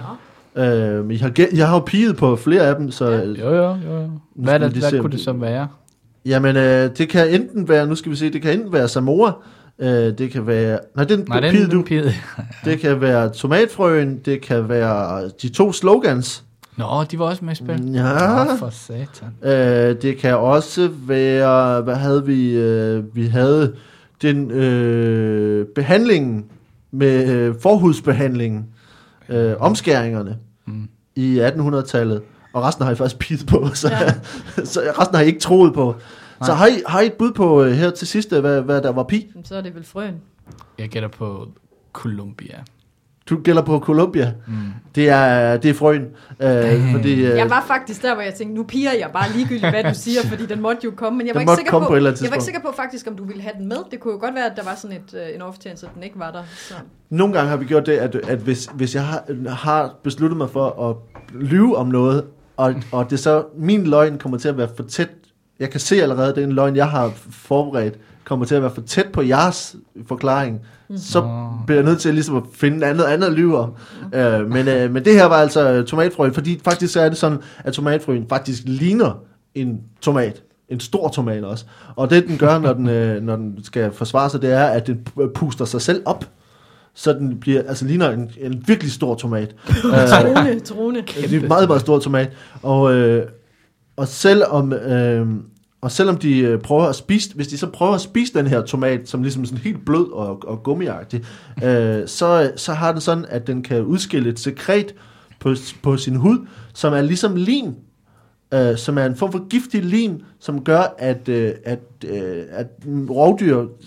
Speaker 2: Nå.
Speaker 1: Øh, I har, gæt, jeg har jo piget på flere af dem, så... Ja.
Speaker 3: Jo, jo, jo. Hvad, det, hvad kunne det så være?
Speaker 1: Jamen, øh, det kan enten være, nu skal vi se, det kan enten være Samoa, øh, det kan være, nej, den,
Speaker 3: Nej, den,
Speaker 1: pide, du,
Speaker 3: den pide.
Speaker 1: det kan være tomatfrøen, det kan være de to slogans.
Speaker 3: Nå, de var også med i spil.
Speaker 1: Ja.
Speaker 3: Nå, for satan.
Speaker 1: Øh, det kan også være, hvad havde vi, øh, vi havde den øh, behandlingen med øh, forhudsbehandlingen, øh, omskæringerne
Speaker 3: Mm.
Speaker 1: i attenhundredetallet, og resten har I faktisk pidet på, så,
Speaker 2: Ja.
Speaker 1: så resten har I ikke troet på. Nej. Så
Speaker 3: Nej.
Speaker 1: har I, har I et bud på øh, her til sidst, hvad, hvad der var pi?
Speaker 2: Så er det vel frøen.
Speaker 3: Jeg gætter på Columbia.
Speaker 1: Du gælder på Columbia.
Speaker 3: Mm.
Speaker 1: Det er, det er frøen. Øh, fordi, øh,
Speaker 2: Jeg var faktisk der, hvor jeg tænkte, nu piger jeg bare ligegyldigt, hvad du siger, fordi den måtte jo komme. Men jeg var,
Speaker 1: Den
Speaker 2: ikke
Speaker 1: måtte
Speaker 2: sikker,
Speaker 1: komme
Speaker 2: på,
Speaker 1: på et eller andet
Speaker 2: jeg var ikke
Speaker 1: tidspunkt.
Speaker 2: sikker på faktisk, om du ville have den med. Det kunne jo godt være, at der var sådan et, øh, en off-chance, at den ikke var der. Så.
Speaker 1: Nogle gange har vi gjort det, at, at hvis, hvis jeg har, har besluttet mig for at lyve om noget, og, og det så, min løgn kommer til at være for tæt, jeg kan se allerede, at den løgn, jeg har forberedt, kommer til at være for tæt på jeres forklaring, mm. så
Speaker 3: Oh.
Speaker 1: bliver jeg nødt til ligesom at finde andet andet at lyve om. Mm. Øh, men, øh, men det her var altså tomatfrøen, fordi faktisk så er det sådan, at tomatfrøen faktisk ligner en tomat. En stor tomat også. Og det den gør, når den, øh, når den skal forsvare sig, det er, at den puster sig selv op. Så den bliver, altså ligner en, en virkelig stor tomat.
Speaker 2: Trone, trone.
Speaker 1: Det er en meget, meget stor tomat. Og, øh, og selvom øh, og selvom de øh, prøver at spise, hvis de så prøver at spise den her tomat, som ligesom sådan helt blød og, og gummiagtig, øh, så, så har den sådan, at den kan udskille et sekret på, på sin hud, som er ligesom lim, øh, som er en form for giftig lim, som gør, at, øh, at, øh, at rovdyr øh,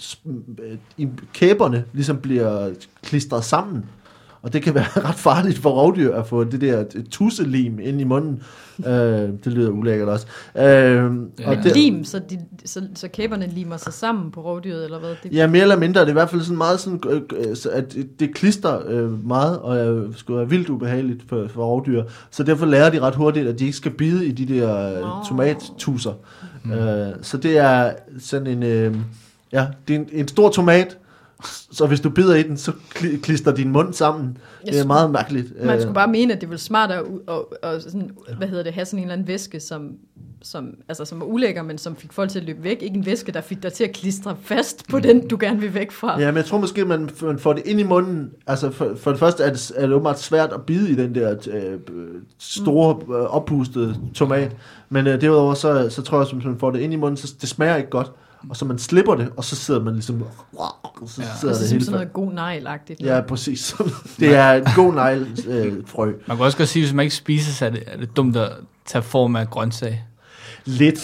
Speaker 1: i kæberne ligesom bliver klistret sammen. Og det kan være ret farligt for rovdyr at få det der tusselim ind i munden. øh, det lyder ulækkert også. Øh,
Speaker 3: Ja.
Speaker 1: og
Speaker 2: Men
Speaker 1: det,
Speaker 2: lim, så, de, så, så kæberne limer sig sammen på rovdyret, eller hvad? Det,
Speaker 1: ja, mere eller mindre. Det er i hvert fald sådan meget sådan, øh, øh, så at det klister øh, meget, og øh, skulle være vildt ubehageligt for, for rovdyr. Så derfor lærer de ret hurtigt, at de ikke skal bide i de der øh,
Speaker 2: Nå.
Speaker 1: tomattusser. Mm. Øh, så det er sådan en, øh, ja, det er en, en stor tomat, så hvis du bider i den, så kli- klister din mund sammen. Det er meget mærkeligt.
Speaker 2: Man
Speaker 1: Øh,
Speaker 2: skulle bare mene, at det ville smartere at, at, at sådan, hvad hedder det, have sådan en eller anden væske, som, som, altså, som var ulækker, men som fik folk til at løbe væk. Ikke en væske, der fik dig til at klistre fast på den, du gerne vil væk fra.
Speaker 1: Ja, men jeg tror måske, man, man får det ind i munden. Altså for, for det første er det, er det åbenbart svært at bide i den der øh, store, øh, oppustede tomat. Men øh, derudover, så, så tror jeg, at hvis man får det ind i munden, så det smager ikke godt. Og så man slipper det, og så sidder man ligesom... Så
Speaker 3: Ja.
Speaker 1: sidder
Speaker 2: Og så
Speaker 1: det
Speaker 2: som
Speaker 1: hele
Speaker 2: sådan noget god negl-agtigt.
Speaker 1: Ja, præcis. Det er en god negl øh, frø.
Speaker 3: Man kan også godt sige, at hvis man ikke spiser, så er det, er det dumt at tage form af grøntsag.
Speaker 1: Lidt.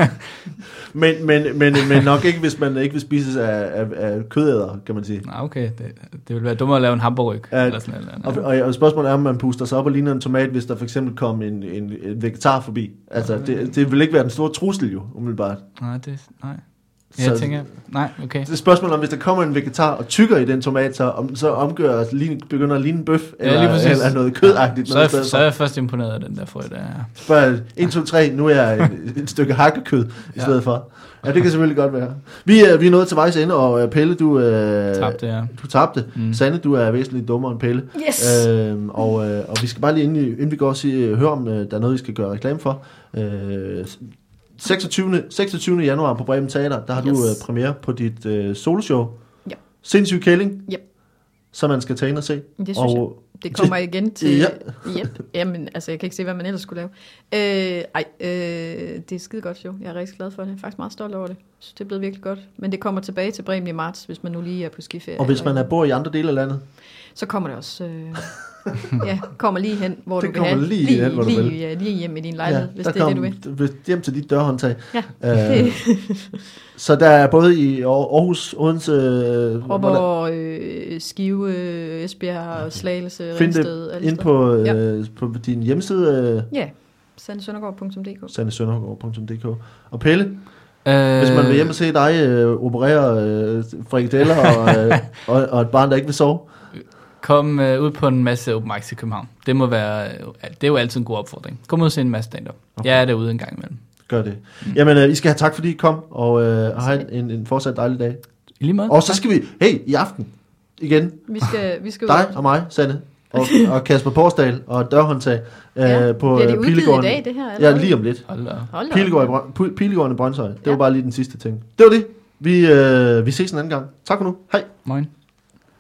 Speaker 1: men, men, men, men nok ikke, hvis man ikke vil spises af, af, af kødæder, kan man sige.
Speaker 3: Nej, okay. Det, det vil være dummere at lave en hamburg.
Speaker 1: Ja,
Speaker 3: eller sådan noget.
Speaker 1: Og, og, og spørgsmålet er, om man puster sig op og ligner en tomat, hvis der for eksempel kom en, en, en vegetar forbi. Altså, det, det vil ikke være den store trussel jo, umiddelbart.
Speaker 3: Nej, det... Nej.
Speaker 1: Så-
Speaker 3: Jeg tænker... Nej, okay.
Speaker 1: Det er spørgsmålet om, hvis der kommer en vegetar og tykker i den tomat, så, om, så omgør, ligne, begynder at ligne en bøf,
Speaker 3: Ja, lige
Speaker 1: eller,
Speaker 3: præcis.
Speaker 1: eller noget kødagtigt.
Speaker 3: Så er,
Speaker 1: noget
Speaker 3: jeg,
Speaker 1: stedet
Speaker 3: så er jeg først imponeret af den der frø, der er.
Speaker 1: Spørg en, to, tre, nu er jeg et, et stykke hakkekød i
Speaker 3: Ja.
Speaker 1: stedet for. Ja, det kan selvfølgelig godt være. Vi er, vi er nået til vejs ende, og øh, Pelle, du, øh,
Speaker 3: Tabte, ja.
Speaker 1: du tabte. Mm.
Speaker 3: Mm.
Speaker 1: Sanne, du er væsentligt dummere end Pelle.
Speaker 2: Yes!
Speaker 1: Øhm, og, øh, og vi skal bare lige, inden, inden vi går og sige, høre om, øh, der er noget, vi skal gøre reklame for. Øh, seksogtyvende seksogtyvende januar på Bremen Teater, der har yes. du
Speaker 2: Yes.
Speaker 1: øh, premiere på dit øh, soloshow.
Speaker 2: Ja.
Speaker 1: Sindssyg Kælling.
Speaker 2: Yep.
Speaker 1: Som man skal tage ind og se.
Speaker 2: Det synes
Speaker 1: og,
Speaker 2: jeg. Det kommer igen til...
Speaker 1: Ja.
Speaker 2: Yep. Jamen, altså, jeg kan ikke se, hvad man ellers skulle lave. Øh, ej, øh, det er skide godt show. Jeg er rigtig glad for det. Jeg er faktisk meget stolt over det. Så det er blevet virkelig godt. Men det kommer tilbage til Bremen i marts, hvis man nu lige er på skiferie.
Speaker 1: Og hvis man er bor i andre dele af landet.
Speaker 2: Så kommer det også... Øh, ja, kommer lige hen, hvor
Speaker 1: Det
Speaker 2: du vil
Speaker 1: kommer
Speaker 2: have.
Speaker 1: lige
Speaker 2: lige,
Speaker 1: hen, hvor du
Speaker 2: lige,
Speaker 1: vil.
Speaker 2: Ja, lige hjem i din lejlighed, ja, hvis
Speaker 1: der
Speaker 2: det er det, du
Speaker 1: kom-
Speaker 2: vil.
Speaker 1: hvis- Hjem til dit dørhåndtag.
Speaker 2: Ja,
Speaker 1: Øh, så der er både i Aarhus, Odense... øh, hvordan-
Speaker 2: Aalborg, øh, Skive, øh, Esbjerg, Slagelse,
Speaker 1: Find
Speaker 2: Ringsted,
Speaker 1: det
Speaker 2: alle
Speaker 1: ind
Speaker 2: steder.
Speaker 1: på,
Speaker 2: Ja.
Speaker 1: øh, på din hjemmeside, øh,
Speaker 2: Ja, sandesøndergaard punktum d k.
Speaker 1: sandesøndergaard punktum d k. Og Pelle,
Speaker 3: Øh,
Speaker 1: hvis man vil hjem og se dig øh, operere øh, frikadeller og, øh, og, og et barn, der ikke vil sove.
Speaker 3: Kom øh, ud på en masse open mics i København. Det må være... Øh, det er jo altid en god opfordring. Kom ud og se en masse stand-up.
Speaker 1: Okay.
Speaker 3: Jeg er derude en gang imellem.
Speaker 1: Gør det. Mm. Jamen, øh, I skal have tak, fordi I kom, og øh, have en, en fortsat dejlig dag.
Speaker 3: I lige måde.
Speaker 1: Og så skal vi, hey, i aften, igen,
Speaker 2: Vi skal, vi skal ud.
Speaker 1: dig og mig, Sanne, og, og Kasper Porsdal og dørhåndtag
Speaker 2: Ja.
Speaker 1: øh, på
Speaker 2: Bliver det udgivet
Speaker 1: Pilegården.
Speaker 2: i dag, det her?
Speaker 1: Ja,
Speaker 2: allerede?
Speaker 1: lige om lidt.
Speaker 3: Hold da.
Speaker 2: Hold da op.
Speaker 1: Pilegården i, Brøn- Pu- Pilegården i Brøndshøj. Det
Speaker 2: Ja.
Speaker 1: var bare lige den sidste ting. Det var det. Vi, øh, vi ses en anden gang. Tak for nu. Hej.
Speaker 3: Moin.